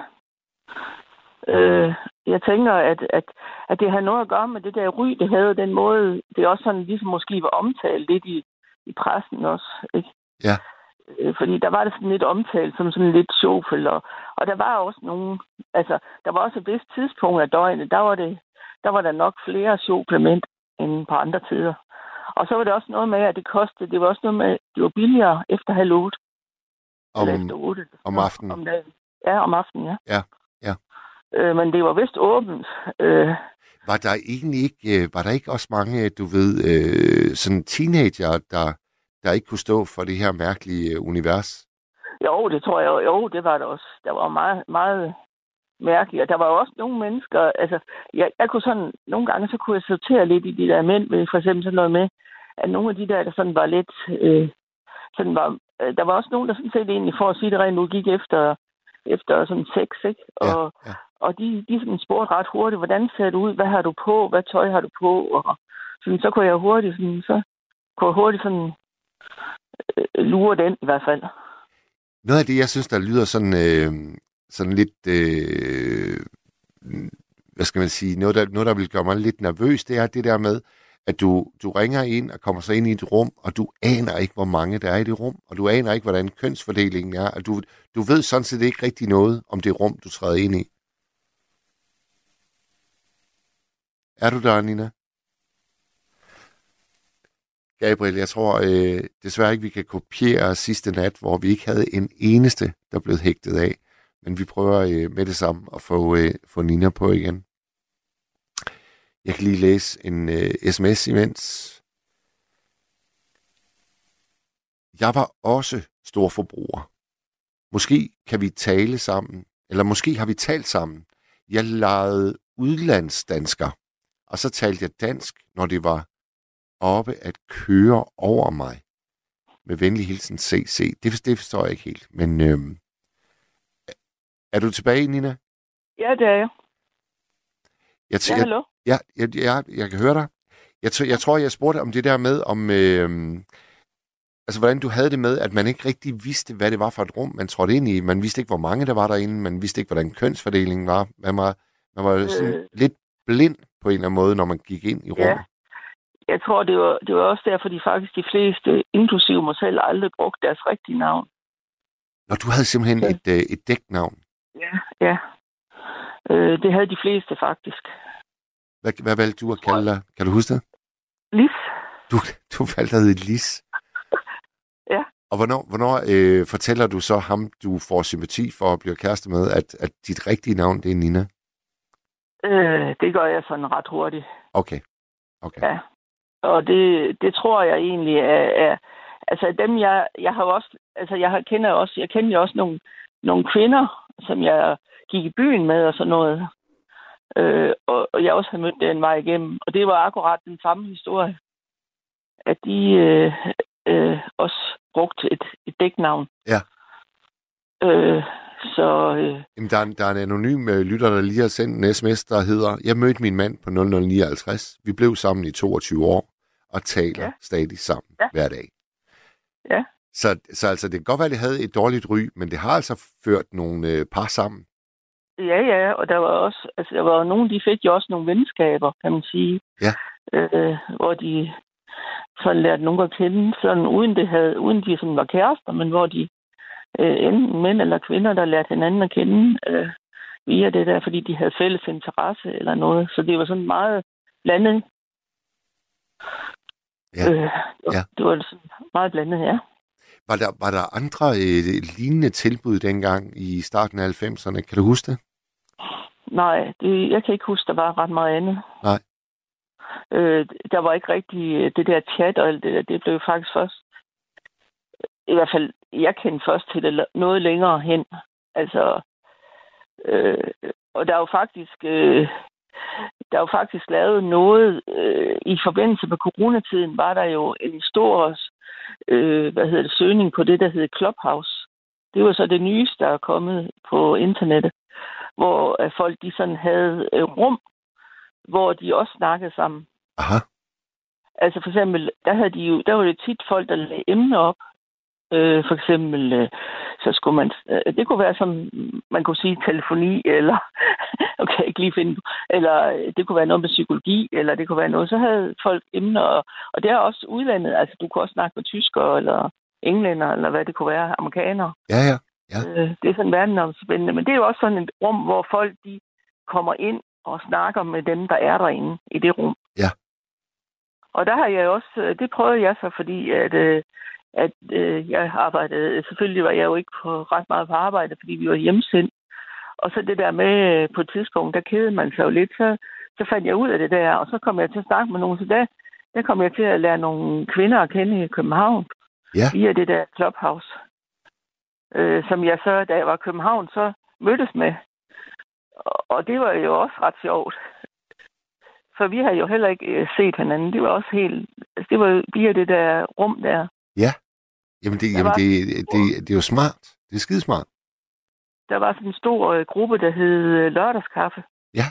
Øh, jeg tænker, at, at, at det har noget at gøre med det der ry, det havde den måde. Det er også sådan, ligesom måske var omtalt lidt i, i pressen også, ikke? Ja. Fordi der var det sådan lidt omtalt som sådan lidt sjovfuld, og, og der var også nogle, altså der var også et vist tidspunkt af døgnet, der var det, der var der nok flere sjovklement end på andre tider. Og så var det også noget med, at det kostede, det var også noget med, at det var billigere efter halv otte. Om, efter otte. om aftenen? Om dagen. Ja, om aftenen, ja. Ja, ja. Øh, men det var vist åbent. Øh, var der egentlig ikke, var der ikke også mange, du ved, øh, sådan teenager, der der ikke kunne stå for det her mærkelige univers? Jo, det tror jeg. Jo, det var der også. Der var meget, meget mærkeligt. Og der var jo også nogle mennesker, altså, jeg, jeg kunne sådan, nogle gange, så kunne jeg sortere lidt i de der mænd, med for eksempel sådan noget med, at nogle af de der, der sådan var lidt, øh, sådan var, øh, der var også nogen, der sådan set egentlig, for at sige det rent nu, gik efter, efter sådan sex, ikke? Og, ja, ja. og de, de sådan spurgte ret hurtigt, hvordan ser du ud? Hvad har du på? Hvad tøj har du på? Og sådan, så kunne jeg hurtigt sådan, så kunne jeg hurtigt sådan, lure den i hvert fald. Noget af det, jeg synes, der lyder sådan, øh, sådan lidt, øh, hvad skal man sige, noget der, noget, der vil gøre mig lidt nervøs, det er det der med, at du, du ringer ind og kommer så ind i et rum, og du aner ikke, hvor mange der er i det rum, og du aner ikke, hvordan kønsfordelingen er, og du, du ved sådan set ikke rigtig noget om det rum, du træder ind i. Er du der, Nina? Gabriel, jeg tror øh, desværre ikke, vi kan kopiere sidste nat, hvor vi ikke havde en eneste, der blev hægtet af. Men vi prøver øh, med det samme at få, øh, få Nina på igen. Jeg kan lige læse en øh, sms imens. Jeg var også stor forbruger. Måske kan vi tale sammen, eller måske har vi talt sammen. Jeg legede udlandsdansker, og så talte jeg dansk, når det var oppe at køre over mig. Med venlig hilsen C C. Det, det forstår jeg ikke helt. Men øhm, er du tilbage, Nina? Ja, det er jeg. jeg t- ja, hallo? Jeg, jeg, jeg, jeg, jeg kan høre dig. Jeg, t- jeg tror, jeg spurgte om det der med, om øhm, altså, hvordan du havde det med, at man ikke rigtig vidste, hvad det var for et rum, man trådte ind i. Man vidste ikke, hvor mange der var derinde. Man vidste ikke, hvordan kønsfordelingen var. Man var, man var sådan øh... lidt blind på en eller anden måde, når man gik ind i rummet. Ja. Jeg tror, det var, det var også derfor, de faktisk de fleste, inklusive mig selv, aldrig brugte deres rigtige navn. Når du havde simpelthen ja. et, øh, et dæknavn? Ja, ja. Øh, det havde de fleste faktisk. Hvad, hvad valgte du at kalde dig? Kan du huske det? Lis. Du, du valgte at hedde Lis. Og hvornår, hvornår øh, fortæller du så ham, du får sympati for at blive kæreste med, at, at dit rigtige navn, det er Nina? Øh, det gør jeg sådan ret hurtigt. Okay. okay. Ja. Og det, det tror jeg egentlig er, er altså dem jeg jeg har også altså jeg har kender også jeg kender jo også nogle nogle kvinder, som jeg gik i byen med og sådan noget. Øh, og, og jeg også har mødt den vej igennem, og det var akkurat den samme historie, at de øh, øh, også brugte et, et dæknavn. Ja. Øh, så øh, Jamen, der, er, der er en anonym øh, lytter, der lige har sendt en sms, der hedder: Jeg mødte min mand på nul nul nioghalvtreds. Vi blev sammen i toogtyve år og taler ja. stadig sammen ja. hver dag. Ja. Så, så altså, det kan godt være, at det havde et dårligt ry, men det har altså ført nogle øh, par sammen. Ja, ja, og der var også, altså der var nogen, de fik jo også nogle venskaber, kan man sige. Ja. Øh, hvor de sådan lærte nogen at kende, sådan uden det havde, uden de sådan var kærester, men hvor de øh, enten mænd eller kvinder, der lærte hinanden at kende øh, via det der, fordi de havde fælles interesse eller noget. Så det var sådan meget blandet. Ja. Øh, ja. Det var sådan meget blandet, ja. Var der, var der andre øh, lignende tilbud dengang i starten af halvfemserne? Kan du huske det? Nej, det, jeg kan ikke huske, der var ret meget andet. Nej. Øh, der var ikke rigtig det der chat og alt det der. Det blev faktisk først, i hvert fald, jeg kendte først til det noget længere hen. Altså, øh, og der er jo faktisk, øh, der er jo faktisk lavet noget, øh, i forbindelse med coronatiden, var der jo en stor, øh, hvad hedder det, søgning på det, der hedder Clubhouse. Det var så det nyeste, der er kommet på internettet, hvor øh, folk, de sådan havde øh, rum, hvor de også snakkede sammen. Aha. Altså for eksempel, der, havde de jo, der var det tit folk, der lagde emner op. Øh, for eksempel, øh, så skulle man, øh, det kunne være som, man kunne sige telefoni, eller, okay, ikke lige finde, eller øh, det kunne være noget med psykologi, eller det kunne være noget, så havde folk emner, og, og det er også udlandet, altså du kunne også snakke med tyskere, eller englænder, eller hvad det kunne være, amerikanere. Ja, ja. ja. Øh, det er sådan verdenomspændende, men det er jo også sådan et rum, hvor folk, de kommer ind og snakker med dem, der er derinde i det rum. Ja. Og der har jeg også, det prøvede jeg så, fordi at, at øh, jeg arbejdede, selvfølgelig var jeg jo ikke på ret meget på arbejde, fordi vi var hjemsendt. Og så det der med, på et tidspunkt, der kedede man sig jo lidt, så, så fandt jeg ud af det der, og så kom jeg til at snakke med nogen, så der, der kom jeg til at lære nogle kvinder at kende i København, ja. via det der Clubhouse, øh, som jeg så, da jeg var i København, så mødtes med. Og det var jo også ret sjovt. For vi har jo heller ikke set hinanden. Det var også helt... Altså det var via det der rum der. Ja. Jamen, det, jamen var, det, det, det er jo smart. Det er skidesmart. Der var sådan en stor øh, gruppe, der hed Lørdagskaffe. Ja.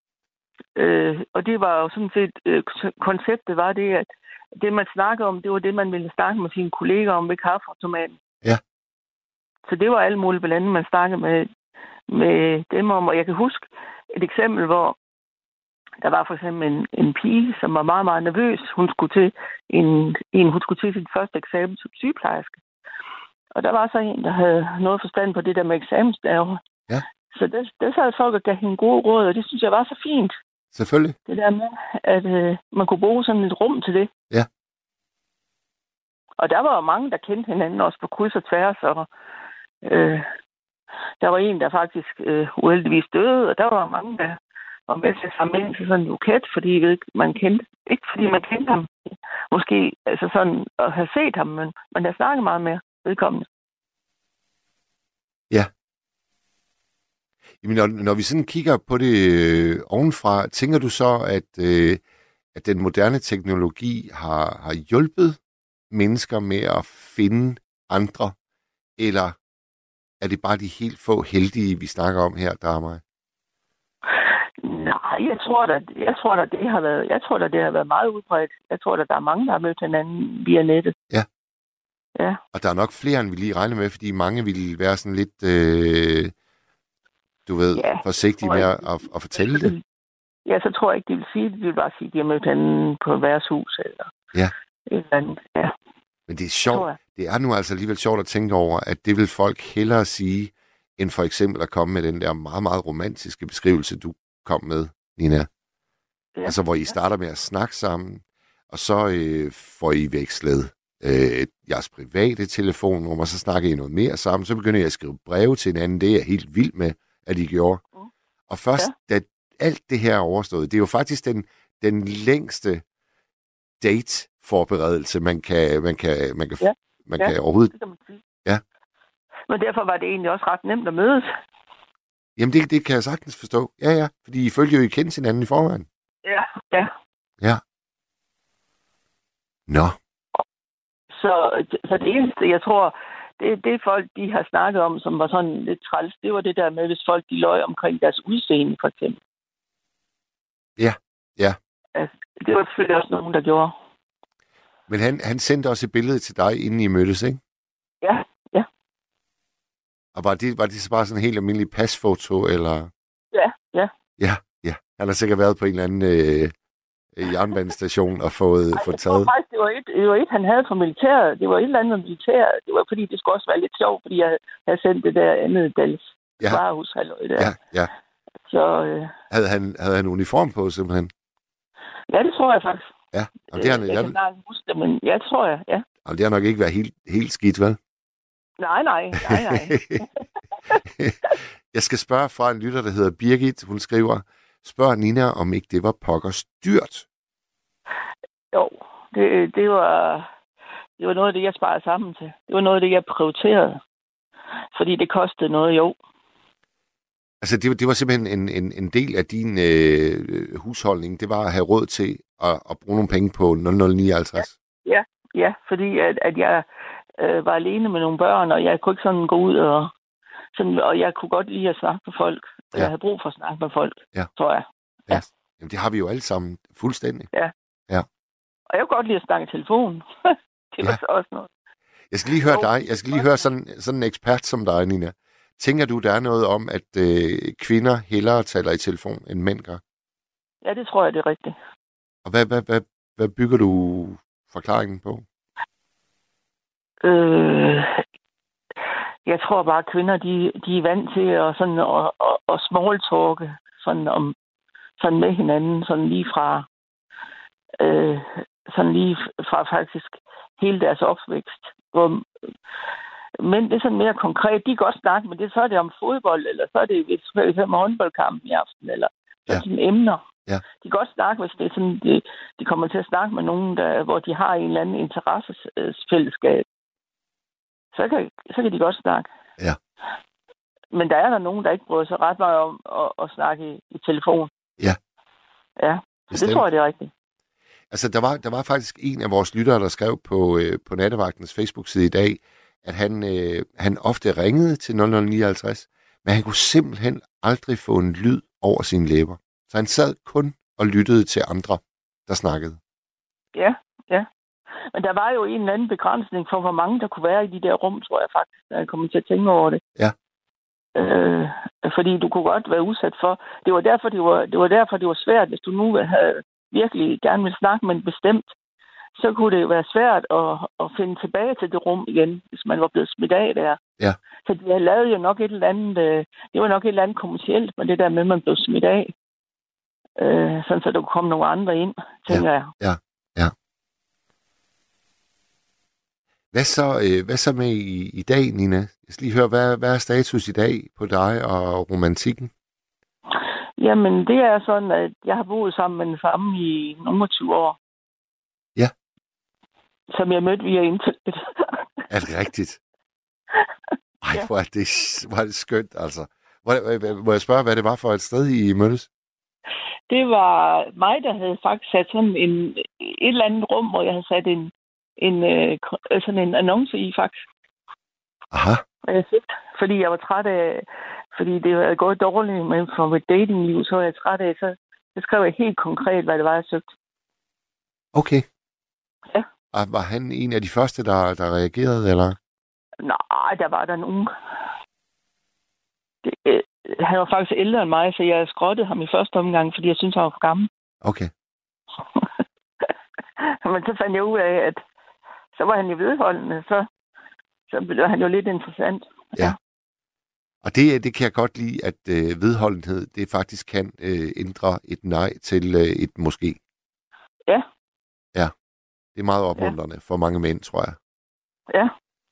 Øh, og det var jo sådan set... Øh, konceptet var det, at det, man snakkede om, det var det, man ville snakke med sine kolleger om ved kaffeautomaten. Ja. Så det var alle mulige blandt man snakkede med... med dem om, og jeg kan huske et eksempel, hvor der var for eksempel en, en pige, som var meget, meget nervøs. Hun skulle til en, en hun skulle til sin første eksamen som sygeplejerske. Og der var så en, der havde noget forstand på det der med eksamensdager. Ja. Så der, der sad folk og gav hende gode råd, og det synes jeg var så fint. Selvfølgelig. Det der med, at øh, man kunne bruge sådan et rum til det. Ja. Og der var jo mange, der kendte hinanden også på kryds og tværs, og øh, der var en, der faktisk øh, uheldigvis døde, og der var mange, der var med til at samle ind til sådan en buket, fordi ved, man kendte, ikke fordi man kendte ham, måske altså sådan at have set ham, men man har snakket meget mere vedkommende. Ja. Jamen, når, når vi sådan kigger på det øh, ovenfra, tænker du så, at, øh, at den moderne teknologi har, har hjulpet mennesker med at finde andre, eller er det bare de helt få heldige, vi snakker om her, der er mig? Nej, jeg tror da, jeg tror da, det har været, jeg tror da, det har været meget udbredt. Jeg tror da, der er mange, der har mødt hinanden via nettet. Ja. Ja. Og der er nok flere, end vi lige regner med, fordi mange vil være sådan lidt, øh, du ved, ja, forsigtige med at, at, at fortælle det. Ja, så tror jeg ikke, de vil sige det. De vil bare sige, at de har mødt hinanden på værtshus eller ja. et eller andet. Ja. Men det er sjovt. Det er nu altså alligevel sjovt at tænke over, at det vil folk hellere sige, end for eksempel at komme med den der meget, meget romantiske beskrivelse, du kom med, Nina. Ja. Altså, hvor I starter med at snakke sammen, og så øh, får I vekslet øh, jeres private telefonnummer, så snakker I noget mere sammen, så begynder jeg at skrive breve til hinanden. Det er jeg helt vild med, at I gjorde. Mm. Og først, ja. da alt det her er overstået, det er jo faktisk den, den længste date-forberedelse, man kan, man kan, man kan, ja. man ja. kan overhovedet... Det kan man sige. Ja. Men derfor var det egentlig også ret nemt at mødes. Jamen, det, det kan jeg sagtens forstå. Ja, ja. Fordi I følte jo, I kendte hinanden i forvejen. Ja, ja. Ja. Nå. Så, så det eneste, jeg tror, det, det folk, de har snakket om, som var sådan lidt træls, det var det der med, hvis folk, de løg omkring deres udseende, for eksempel. Ja, ja. Altså, det var selvfølgelig også nogen, der gjorde. Men han, han sendte også et billede til dig, inden I mødtes, ikke? Ja, ja. Og var det, var det så bare sådan en helt almindelig pasfoto, eller? Ja, ja. Ja, ja. Han har sikkert været på en eller anden øh, jernbanestation og fået, Ej, fået taget. Faktisk, det var, et, det var et, han havde fra militæret. Det var et eller andet militæret. Det var fordi, det skulle også være lidt sjovt, fordi jeg havde sendt det der andet Dalles ja. varehus, halløj der. Ja, ja. Så, øh... havde, han, havde han uniform på, simpelthen? Ja, det tror jeg faktisk. Ja, og det har jeg, jeg kan snart huske det, men ja, det tror jeg, ja. Og det har nok ikke været helt, helt skidt, vel? Nej, nej, nej, nej. Jeg skal spørge fra en lytter, der hedder Birgit. Hun skriver, spørg Nina, om ikke det var pokkers dyrt. Jo, det, det, var, det var noget af det, jeg sparede sammen til. Det var noget af det, jeg prioriterede. Fordi det kostede noget, jo. Altså, det, det var simpelthen en, en, en del af din øh, husholdning. Det var at have råd til at, at bruge nogle penge på nul nul nioghalvtreds. Ja, ja, ja, fordi at, at jeg øh, var alene med nogle børn, og jeg kunne ikke sådan gå ud og... Sådan, og jeg kunne godt lide at snakke med folk. Og ja. Jeg havde brug for at snakke med folk, ja. tror jeg. Ja. Ja. Jamen, det har vi jo alle sammen fuldstændig. Ja. Ja. Og jeg kunne godt lide at snakke i telefon. Det var ja. så også noget. Jeg skal lige høre dig. Jeg skal lige høre sådan, sådan en ekspert som dig, Nina. Tænker du, der er noget om, at øh, kvinder hellere taler i telefon, end mænd gør? Ja, det tror jeg, det er rigtigt. Og hvad, hvad, hvad, hvad bygger du forklaringen på? Øh, jeg tror bare, at kvinder, de, de er vant til at, sådan, at, at, at smalltalke sådan, om, sådan med hinanden, sådan lige fra, øh, sådan lige fra faktisk hele deres opvækst. Hvor, men det er sådan mere konkret. De kan godt snakke, men det, så er det om fodbold, eller så er det hvis vi hører med håndboldkampen i aften, eller ja. sådan emner. Ja. De kan godt snakke, hvis det er sådan, de, de kommer til at snakke med nogen, der, hvor de har en eller anden interessefællesskab. Så kan, så kan de godt snakke. Ja. Men der er der nogen, der ikke bryder sig ret meget om at, at snakke i, i telefon. Ja. Ja, så det tror jeg, det er rigtigt. Altså, der var, der var faktisk en af vores lyttere, der skrev på, øh, på Nattevagtens Facebook-side i dag, at han, øh, han ofte ringede til nul nul nioghalvtreds, men han kunne simpelthen aldrig få en lyd over sine læber. Så han sad kun og lyttede til andre, der snakkede. Ja, ja. Men der var jo en eller anden begrænsning for, hvor mange der kunne være i de der rum, tror jeg faktisk, når jeg kommer til at tænke over det. Ja. Øh, fordi du kunne godt være udsat for... Det var derfor, det var, det var, derfor, det var svært, hvis du nu havde virkelig gerne ville snakke med en bestemt, så kunne det være svært at, at finde tilbage til det rum igen, hvis man var blevet smidt af der. Ja. Så de havde lavet jo nok et eller andet... Det var nok et eller andet kommercielt, men det der med, at man blev smidt af. Øh, sådan så der kunne komme nogle andre ind, tænker ja. jeg. Ja, ja. Hvad så, øh, hvad så med i, i dag, Nina? Jeg skal lige høre, hvad, hvad er status i dag på dig og romantikken? Jamen, det er sådan, at jeg har boet sammen med den samme i nogle tyve år. Ja. Som jeg mødte via internet. Er det rigtigt? Ej, ja. hvor, er det, hvor er det skønt, altså. Må, må jeg spørge, hvad det var for et sted, I mødtes? Det var mig, der havde faktisk sat sådan en, et eller andet rum, hvor jeg havde sat en, en, øh, sådan en annonce i, faktisk. Aha. Og jeg søgte, fordi jeg var træt af, fordi det havde gået dårligt med for mit datingliv, så var jeg træt af, så, så skrev jeg helt konkret, hvad det var, jeg søgte. Okay. Ja. Og var han en af de første, der, der reagerede, eller? Nej, der var der nogen. Det, øh, han var faktisk ældre end mig, så jeg skrottede ham i første omgang, fordi jeg synes han var for gammel. Okay. Men så fandt jeg ud af, at så var han jo vedholdende, så, så blev han jo lidt interessant. Ja. ja. Og det, det kan jeg godt lide, at øh, vedholdenhed, det faktisk kan øh, ændre et nej til øh, et måske. Ja. Ja. Det er meget opmuntrende ja. for mange mænd, tror jeg. Ja.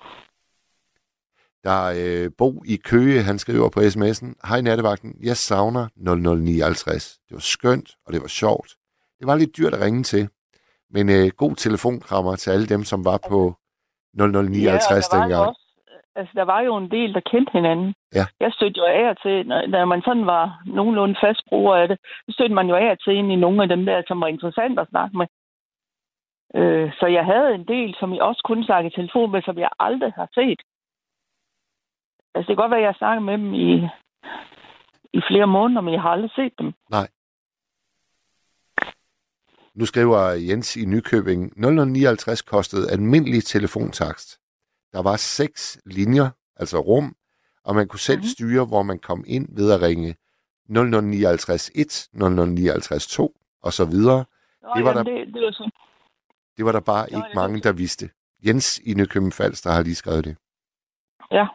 Der er øh, Bo i Køge, han skriver på sms'en: Hej Nattevagten, jeg savner nul nul nioghalvtreds. Det var skønt, og det var sjovt. Det var lidt dyrt at ringe til, men øh, god telefonkrammer til alle dem, som var på nul nul nioghalvtreds ja, dengang. Også, altså, der var jo en del, der kendte hinanden. Ja. Jeg stødte jo af til, når, når man sådan var nogenlunde fast bruger af det, så stødte man jo af til ind i nogle af dem der, som var interessant at snakke med. Øh, så jeg havde en del, som jeg også kunne snakke i telefon med, som jeg aldrig har set. Altså, det kan godt være, at jeg har snakket med dem i, i flere måneder, men jeg har aldrig set dem. Nej. Nu skriver Jens i Nykøbing: nul nul nioghalvtreds kostede almindelig telefontakst. Der var seks linjer, altså rum, og man kunne selv mm-hmm. styre, hvor man kom ind ved at ringe nul nul nioghalvtreds et, nul nul nioghalvtreds to og så videre. Nå, det, var jamen, der, det, det, var så... det var der bare Nå, ikke mange, der vidste. Jens i Nykøbing Falster har lige skrevet det. Ja.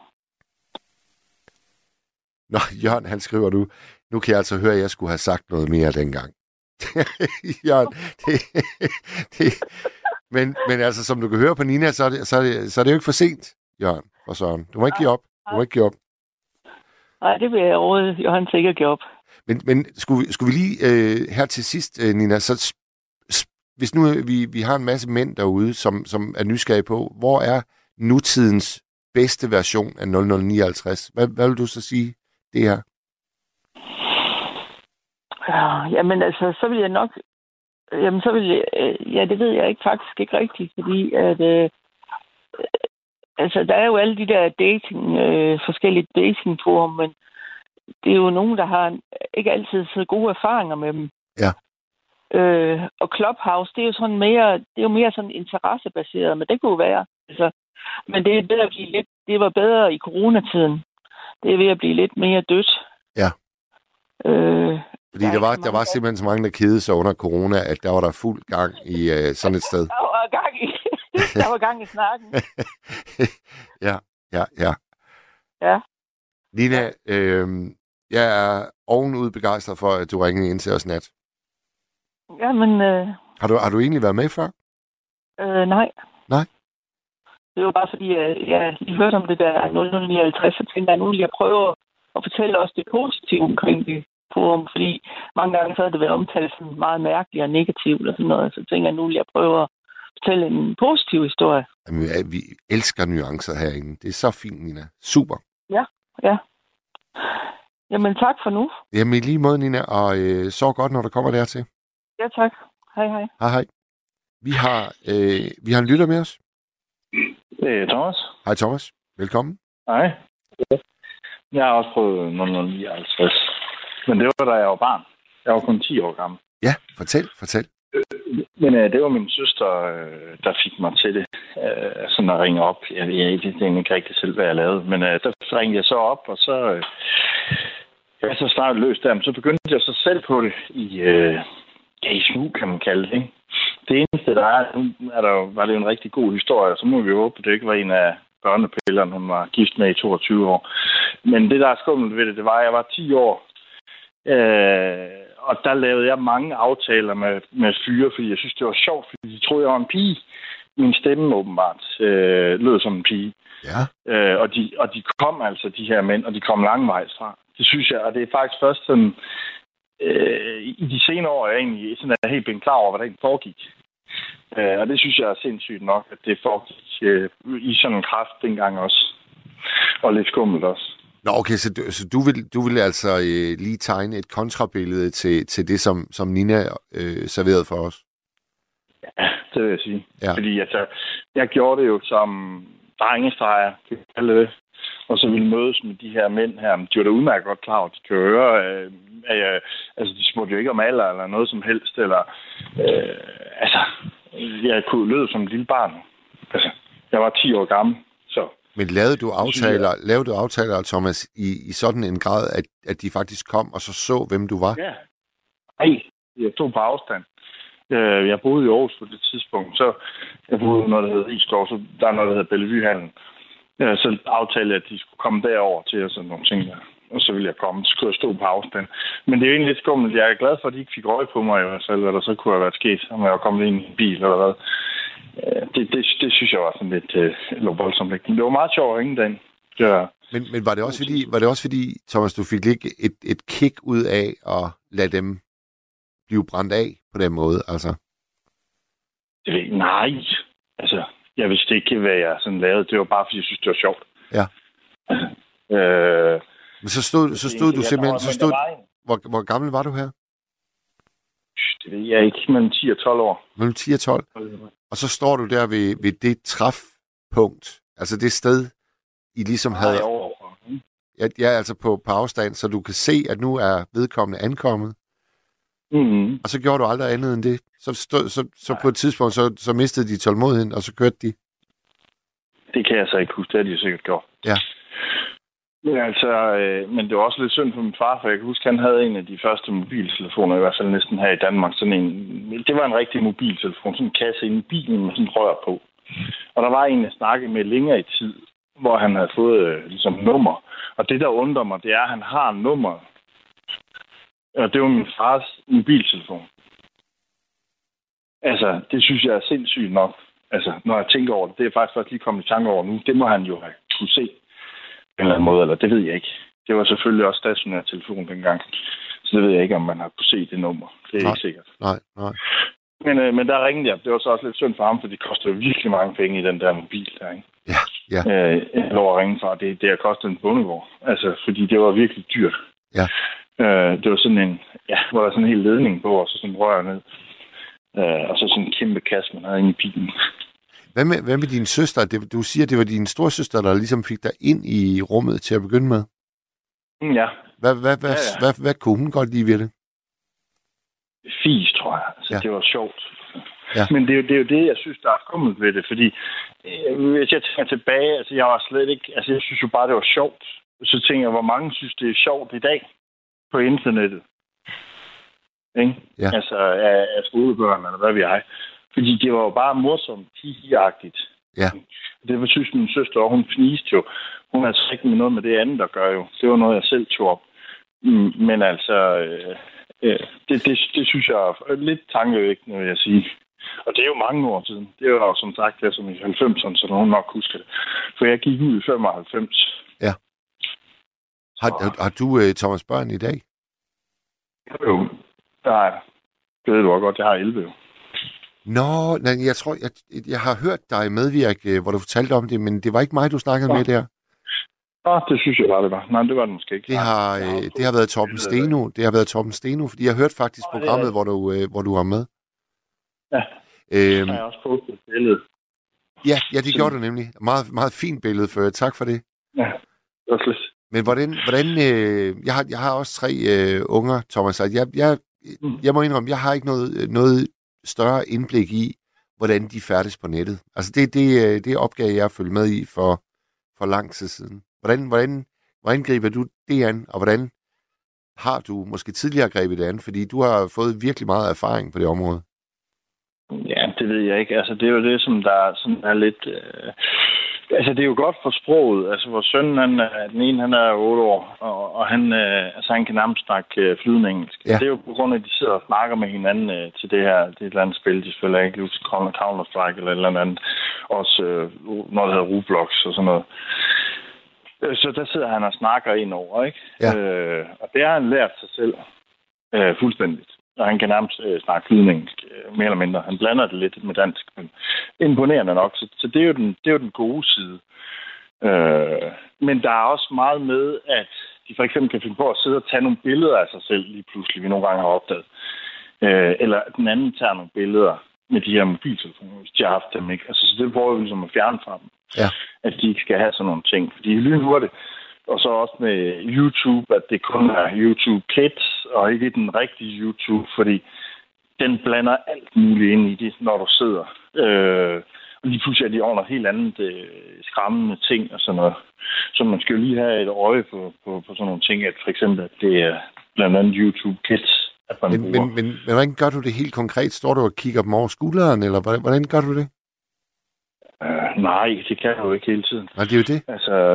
Nå, Jørgen, han skriver nu, nu kan jeg altså høre, at jeg skulle have sagt noget mere dengang. Jørgen, det, det, men, men altså, som du kan høre på Nina, så er det, så er det, så er det jo ikke for sent, Jørgen, for Søren. Du må ikke give op. Du må ikke give op. Nej, det vil jeg råde, Jørgen sikkert give op. Men, men skulle, skulle vi lige øh, her til sidst, øh, Nina, så hvis nu vi, vi har en masse mænd derude, som, som er nysgerrige på, hvor er nutidens bedste version af nul nul nioghalvtreds? Hvad, hvad vil du så sige, det her? Ja, jamen altså, så vil jeg nok... Jamen, så vil jeg... Ja, det ved jeg ikke faktisk ikke rigtigt, fordi at... Øh, altså, der er jo alle de der dating... Øh, forskellige datingforum, men det er jo nogen, der har ikke altid så gode erfaringer med dem. Ja. Øh, og Clubhouse, det er jo sådan mere... Det er jo mere sådan interessebaseret, men det kunne være. Altså, men det er bedre at blive lidt... Det var bedre i coronatiden. Det er ved at blive lidt mere dødt. Ja. Øh, Fordi der var, der var simpelthen så mange, der kedede sig under corona, at der var der fuld gang i uh, sådan et sted. Der var gang i, der var gang i snakken. ja, ja, ja. Ja. Nina, øh, jeg er ovenud begejstret for, at du ringede ind til os nat. Jamen... Øh, har, du, har du egentlig været med før? Øh, nej. Nej? Det var bare fordi, at jeg lige hørte om det der nul nul nioghalvtreds, så tænkte jeg, nu vil jeg prøve at fortælle os det positive omkring det forum, fordi mange gange så har det været omtalt sådan meget mærkeligt og negativt og sådan noget, så tænker jeg, nu vil jeg prøve at fortælle en positiv historie. Jamen, vi elsker nuancer herinde. Det er så fint, Nina. Super. Ja, ja. Jamen, tak for nu. Jamen, i lige måde, Nina, og øh, så godt, når du kommer dertil. Ja, tak. Hej, hej. Hej, hej. Vi har, øh, vi har en lytter med os. Det er Thomas. Hej, Thomas. Velkommen. Hej. Jeg har også prøvet nul nul nioghalvtreds. Men det var, da jeg var barn. Jeg var kun ti år gammel. Ja, fortæl, fortæl. Men øh, det var min søster, øh, der fik mig til det. Øh, sådan at ringe op. Jeg ved egentlig ikke rigtig selv, hvad jeg lavede. Men øh, der ringede jeg så op, og så... Øh, jeg så snart løst der. Men så begyndte jeg så selv på det i... Øh, ja, i smug, kan man kalde det, ikke? Det eneste, der er... Nu er der jo, var det jo en rigtig god historie. Så må vi jo håbe, at det ikke var en af børnepillerne, hun var gift med i toogtyve år. Men det, der er skummelt ved det, det var, at jeg var ti år. Øh, og der lavede jeg mange aftaler med, med fyre, fordi jeg synes, det var sjovt, fordi de troede, jeg var en pige. Min stemme åbenbart øh, lød som en pige. Ja. Øh, og, de, og de kom altså, de her mænd, og de kom langvejs fra. Det synes jeg, og det er faktisk først sådan, øh, i de senere år, jeg egentlig sådan er helt blevet klar over, hvad der egentlig foregik. Øh, og det synes jeg er sindssygt nok, at det foregik øh, i sådan en kraft dengang også. Og lidt skummelt også. Nå, okay, så du, så du, vil, du vil altså øh, lige tegne et kontrabillede til, til det, som, som Nina øh, serverede for os? Ja, det vil jeg sige. Ja. Fordi altså, jeg gjorde det jo som drengestreger, kan jeg kalde det. Og så ville mødes med de her mænd her. De var da udmærket godt klar, at de kan høre, øh, at jeg, altså de spurgte jo ikke om alder eller noget som helst. Eller, øh, altså, jeg kunne lyde som et lille barn. Altså, jeg var ti år gammel, så... Men lavede du aftaler, lavede du aftaler, Thomas, i, i sådan en grad, at, at de faktisk kom og så så, hvem du var? Ja. Nej, jeg tog på afstand. Jeg boede i Aarhus på det tidspunkt, så jeg boede noget, der hedder Isgård, så der er noget, der hedder Bellevuehallen. Så aftalte jeg, at de skulle komme derover til og sådan nogle ting der. Og så ville jeg komme, så skulle jeg stå på afstand. Men det er jo egentlig lidt skummelt. Jeg er glad for, at de ikke fik øje på mig i hvert fald, hvad der så kunne have været sket, om jeg var kommet ind i en bil eller hvad. det, det, det synes jeg var sådan lidt øh, voldsomt. Men det var meget sjovt at ringe den. Var... Men, men var det også fordi, var det også fordi, Thomas, du fik ikke et, et kick ud af at lade dem blive brændt af på den måde, altså? Det ved, nej. Altså, jeg vidste ikke, hvad jeg sådan lavede. Det var bare, fordi jeg synes, det var sjovt. Ja. øh, men så stod, så stod du simpelthen... Så stod, hvor, hvor gammel var du her? Det ved jeg ikke. Mellem ti og tolv år. Mellem ti og tolv? Og så står du der ved, ved det træfpunkt, altså det sted, I ligesom havde... Nej, over. Ja, ja, altså på, på afstand, så du kan se, at nu er vedkommende ankommet. Mm-hmm. Og så gjorde du aldrig andet end det. Så, stod, så, så på et tidspunkt, så, så mistede de tålmodigheden, og så kørte de. Det kan jeg så ikke huske. Det har de jo sikkert gjort. Ja. Men altså, øh, men det var også lidt synd for min far, for jeg kan huske, han havde en af de første mobiltelefoner, i hvert fald næsten her i Danmark. Sådan en, det var en rigtig mobiltelefon, sådan en kasse inde i bilen med sådan en rør på. Og der var en, jeg snakkede med længere i tid, hvor han havde fået øh, ligesom nummer. Og det, der undrer mig, det er, at han har nummer. Og det var min fars mobiltelefon. Altså, det synes jeg er sindssygt nok. Altså, når jeg tænker over det, det er faktisk først lige kommet i tanke over nu. Det må han jo have kunne se på en eller anden måde, eller det ved jeg ikke. Det var selvfølgelig også stationær telefon dengang. Så det ved jeg ikke, om man har kunne se det nummer. Det er nej, ikke sikkert. Nej, nej. Men, øh, men der ringede jeg. Det var så også lidt synd for ham, for det kostede virkelig mange penge i den der mobil der, ikke? Ja, ja. Øh, jeg lov at ringe fra. Det, det har kostet en bondegård. Altså, fordi det var virkelig dyrt. Ja. Øh, det var sådan en, ja, hvor der sådan en hel ledning på, og så sådan en rør ned. Øh, og så sådan en kæmpe kasse, man havde inde i bilen. Hvad med, hvad med din søster? Det, du siger, det var din storsøster, der ligesom fik dig ind i rummet til at begynde med. Ja. Hvad, hvad, hvad, ja, ja. hvad, hvad kunne hun godt lide ved det? Fis, tror jeg. Altså, ja. Det var sjovt. Ja. Men det er, jo, det er jo det, jeg synes, der er kommet ved det. Fordi øh, hvis jeg tænker tilbage, altså jeg var slet ikke... Altså jeg synes jo bare, det var sjovt. Så tænker jeg, hvor mange synes, det er sjovt i dag på internettet. Ikke? Ja. Altså af, af skolebørn, eller hvad vi er. Fordi det var jo bare morsomt, hihi-agtigt. Ja. Det var, synes min søster, og hun fniste jo. Hun havde ikke med noget med det andet, der gør jo. Det var noget, jeg selv tog op. Men altså, øh, øh, det, det, det synes jeg er lidt tankevækkende, vil jeg sige. Og det er jo mange år siden. Det er jo som sagt det som i halvfemserne, så nogen nok husker det. For jeg gik ud i femoghalvfems. Ja. Har, har, har du, Thomas, børn i dag? Jo, der er jeg. Det ved du også godt, jeg har elleve jo. Nå, nej, jeg tror, jeg, jeg har hørt dig medvirke, hvor du fortalte om det, men det var ikke mig, du snakkede ja. med der. Nå, det synes jeg bare, det var. Nej, det var det måske ikke. Det har, øh, det har været Torben Steno. Det har været Torben Steno, fordi jeg har hørt faktisk Nå, programmet, er... hvor du, øh, hvor du var med. Ja, øhm, har jeg også postet et billede. Ja, ja, det gjorde du nemlig. Meget, meget fint billede for jer. Tak for det. Ja, det var slet. Men hvordan, hvordan øh, jeg, har, jeg har også tre øh, unger, Thomas, jeg, jeg, mm. jeg må indrømme, jeg har ikke noget, noget større indblik i, hvordan de færdes på nettet. Altså det, det, det er opgave, jeg har følt med i for, for lang tid siden. Hvordan, hvordan, hvordan griber du det an, og hvordan har du måske tidligere grebet det an? Fordi du har fået virkelig meget erfaring på det område. Ja, det ved jeg ikke. Altså det er jo det, som der sådan er lidt... Øh... Altså, det er jo godt for sproget. Altså, vores søn, han, den ene, han er otte år, og, og han, øh, altså, han kan nærmest snakke øh, flydende engelsk. Ja. Det er jo på grund af, at de sidder og snakker med hinanden øh, til det her, det er et eller andet spil, de spiller ikke, Counter-Strike eller et eller andet. Også øh, når det hedder Roblox og sådan noget. Så der sidder han og snakker ind over, ikke? Ja. Øh, og det har han lært sig selv øh, fuldstændigt. Og han kan nærmest øh, snakke flydende engelsk, øh, mere eller mindre. Han blander det lidt med dansk, men imponerende nok. Så, så det, er jo den, det er jo den gode side. Øh, men der er også meget med, at de for eksempel kan finde på at sidde og tage nogle billeder af sig selv lige pludselig, vi nogle gange har opdaget. Øh, eller den anden tager nogle billeder med de her mobiltelefoner, hvis de har haft dem, ikke? Altså, så det prøver vi ligesom at fjerne fra dem. Ja. At de ikke skal have sådan nogle ting. Fordi lynhurtigt, og så også med YouTube, at det kun er YouTube Kids, og ikke den rigtige YouTube, fordi den blander alt muligt ind i det, når du sidder. Øh, og lige pludselig er de over noget helt andet øh, skræmmende ting og sådan noget. Så man skal jo lige have et øje på, på, på sådan nogle ting, at for eksempel, at det er blandt andet YouTube Kids, at man men, men, men, men hvordan gør du det helt konkret? Står du og kigger dem over skulderen, eller hvordan, hvordan gør du det? Uh, nej, det kan jeg jo ikke hele tiden. Nej, det er jo det. Altså,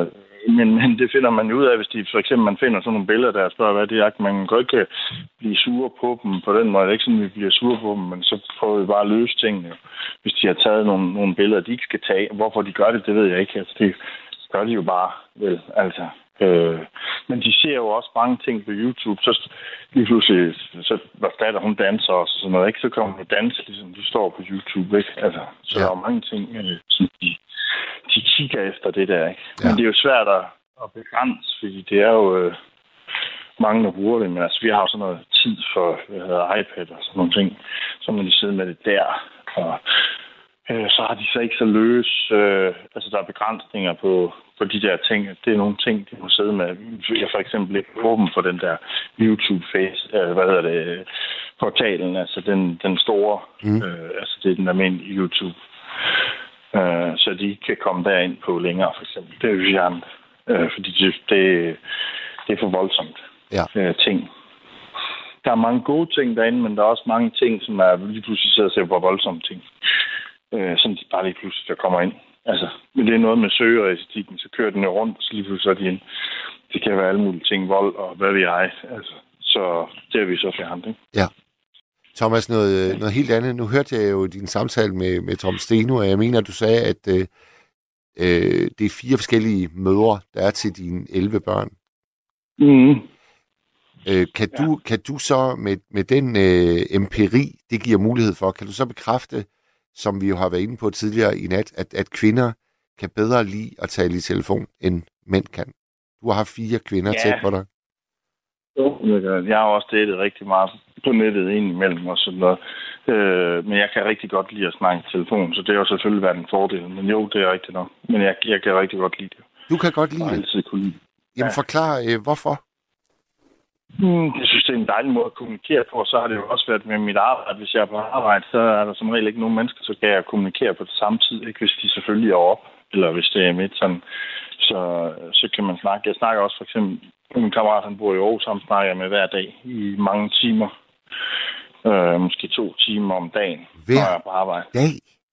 men, men det finder man jo ud af, hvis de for eksempel man finder sådan nogle billeder, der spørger, hvad det er. Man kan ikke blive sure på dem på den måde. Det er ikke sådan, at vi bliver sure på dem, men så prøver vi bare at løse tingene. Hvis de har taget nogle, nogle billeder, de ikke skal tage. Hvorfor de gør det, det ved jeg ikke. Altså, det gør de jo bare, vel, altså. Øh, men de ser jo også mange ting på YouTube. Så lige pludselig, så var datter, hun danser og sådan noget, ikke? Så kommer hun danse, ligesom de står på YouTube, ikke? Altså, så ja. Der er mange ting, øh, som de, de kigger efter det der, ikke? Ja. Men det er jo svært at, at begrænse, fordi det er jo øh, mange, der bruger det. Men altså, vi har jo sådan noget tid for, hvad hedder iPad og sådan nogle ting. Så må de sidde med det der, og øh, så har de så ikke så løs. Øh, altså, der er begrænsninger på, på de der ting. Det er nogle ting, de må sidde med. Jeg for eksempel ikke åben for den der YouTube-face, øh, hvad hedder det, portalen, altså den, den store, mm. øh, altså det er den almindelige YouTube. Øh, så de kan komme derind på længere, for eksempel. Det er jo fjernet, øh, fordi det, det, det er for voldsomt ja. øh, ting. Der er mange gode ting derinde, men der er også mange ting, som er lige pludselig sidder og ser på voldsomme ting. Øh, som de bare lige pludselig der kommer ind. Altså, men det er noget med søgeræstetikken, så kører den jo rundt, så lige pludselig så er de ind. Det kan være alle mulige ting, vold og hvad vi er. Altså, så det er vi så fjernet, ikke? Ja. Thomas, noget, noget helt andet. Nu hørte jeg jo din samtale med, med Tom Steno, og jeg mener, at du sagde, at øh, øh, det er fire forskellige mødre, der er til dine elleve børn. Mm. Øh, kan, ja. du, kan du så med, med den øh, empiri, det giver mulighed for, kan du så bekræfte, som vi jo har været inde på tidligere i nat, at, at kvinder kan bedre lide at tale i telefon, end mænd kan? Du har haft fire kvinder ja. tæt på dig. Jeg har også datet rigtig meget på nettet indimellem og sådan noget. Øh, men jeg kan rigtig godt lide at snakke i telefon, så det har jo selvfølgelig været en fordel. Men jo, det er rigtigt nok. Men jeg, jeg kan rigtig godt lide det. Du kan godt lide det? Jeg har altid kunne lide det. Jamen ja. Forklar, øh, hvorfor? Hmm, jeg synes, det er en dejlig måde at kommunikere på. Så har det jo også været med mit arbejde. Hvis jeg er på arbejde, så er der som regel ikke nogen mennesker, så kan jeg kommunikere på det samme tid. Ikke hvis de selvfølgelig er op, eller hvis det er midt sådan. Så, så kan man snakke. Jeg snakker også for eksempel, min kammerat, han bor i Aarhus, han snakker jeg med hver dag i mange timer. Øh, måske to timer om dagen, hver når jeg er på arbejde. Dag?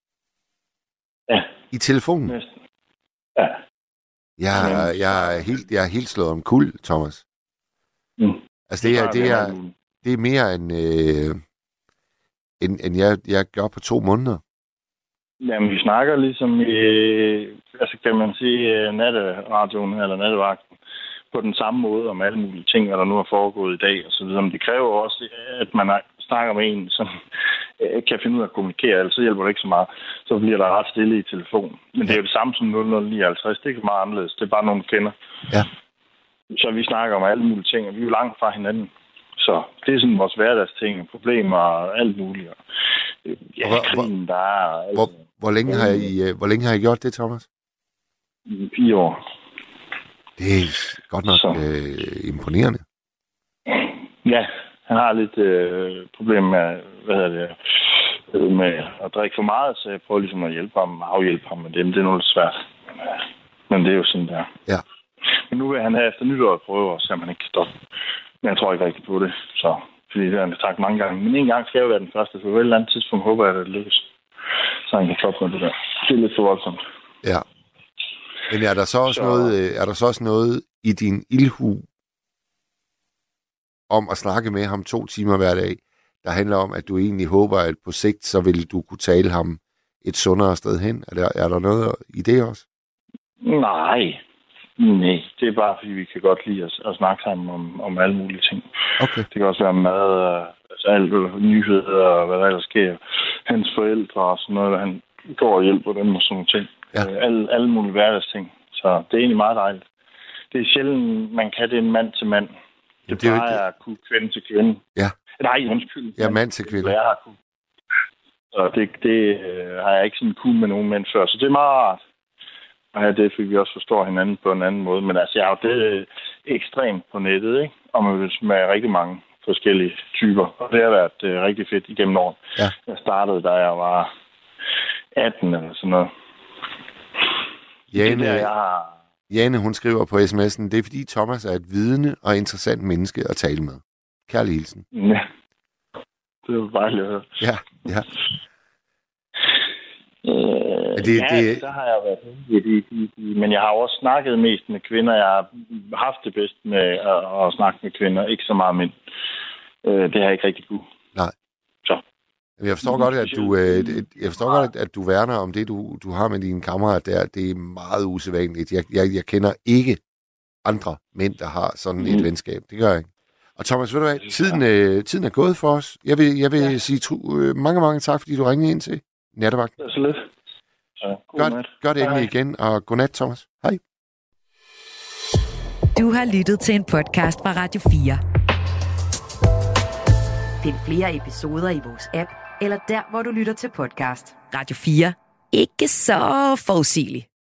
Ja. I telefonen? Næsten. Ja. Jeg, jeg, jeg, er helt, jeg er helt slået om kul, Thomas. Mm. Altså, det er, det er, det er mere end, øh, end, end jeg, jeg gør på to måneder. Jamen, vi snakker ligesom i, altså kan man sige, natteradioen eller nattevagten på den samme måde om alle mulige ting, der nu er foregået i dag og så videre. Men det kræver også, at man snakker med en, som kan finde ud af at kommunikere, ellers så hjælper det ikke så meget. Så bliver der ret stille i telefonen. Men det er jo det samme som nul nul ni halvtreds. Det er ikke meget anderledes. Det er bare nogen, du kender. Ja. Så vi snakker om alle mulige ting, og vi er jo langt fra hinanden. Så det er sådan vores hverdagsting, problemer og alt muligt. Ja, hvor, krigen, der er... Altså, hvor, hvor, længe har I, hvor længe har I gjort det, Thomas? I fire år. Det er godt nok øh, imponerende. Ja, han har lidt øh, problem med, hvad hedder det, øh, med at drikke for meget, så jeg prøver ligesom at hjælpe ham, afhjælpe ham med det, men det er noget svært. Men det er jo sådan der. Ja. Men nu vil han have efter nytår at prøve, og så man ikke kan stoppe. Men jeg tror ikke rigtig på det, så... Fordi det har han sagt mange gange. Men en gang skal jeg jo være den første, så på et eller andet tidspunkt håber jeg, at det lykkes. Så han kan stoppe med det der. Det er lidt for voldsomt. Ja. Men er der så også, så... Noget, er der så også noget i din ildhu om at snakke med ham to timer hver dag, der handler om, at du egentlig håber, at på sigt, så vil du kunne tale ham et sundere sted hen? Er der, er der noget i det også? Nej. Nej, det er bare, fordi vi kan godt lide at, at snakke sammen om, om alle mulige ting. Okay. Det kan også være mad, altså alt, nyheder og hvad der ellers sker. Hans forældre og sådan noget, han går og hjælper dem og sådan nogle ting. Ja. Alle, alle mulige hverdagsting. Så det er egentlig meget dejligt. Det er sjældent, man kan det mand til mand. Det, det plejer at kunne kvinde til kvinde. Ja. Nej, undskyld. Ja, mand til kvinde. Jeg har kunne. Så det, det øh, har jeg ikke sådan kunne med nogen mænd før. Så det er meget rart. Og ja, det fik vi også forstår hinanden på en anden måde. Men altså, jeg har jo det ekstremt på nettet, ikke? Og man med rigtig mange forskellige typer. Og det har været uh, rigtig fedt igennem året. Ja. Jeg startede, da jeg var atten eller sådan noget. Jane, der, jeg har... Jane, hun skriver på sms'en, det er fordi Thomas er et vidende og interessant menneske at tale med. Kærlig hilsen. Ja, det var bare lige at høre. Ja, ja. Øh... det, ja, det... der har jeg været heldig. Men jeg har også snakket mest med kvinder. Jeg har haft det bedst med at, at snakke med kvinder, ikke så meget mænd. Det har jeg ikke rigtig kunne. Nej. Så. Jeg forstår godt, at du, jeg forstår godt, at du værner om det, du, du har med dine kammerater der. Det er meget usædvanligt. Jeg, jeg, jeg kender ikke andre mænd, der har sådan et mm. venskab. Det gør jeg ikke. Og Thomas, ved du hvad? Tiden, øh, tiden er gået for os. Jeg vil, jeg vil ja. sige tru, øh, mange, mange tak, fordi du ringede ind til Nattevagten. Det er så lidt. Ja, gør, gør det endelig igen, og godnat, Thomas. Hej. Du har lyttet til en podcast fra Radio fire. Find flere episoder i vores app, eller der, hvor du lytter til podcast. Radio fire. Ikke så forudsigeligt.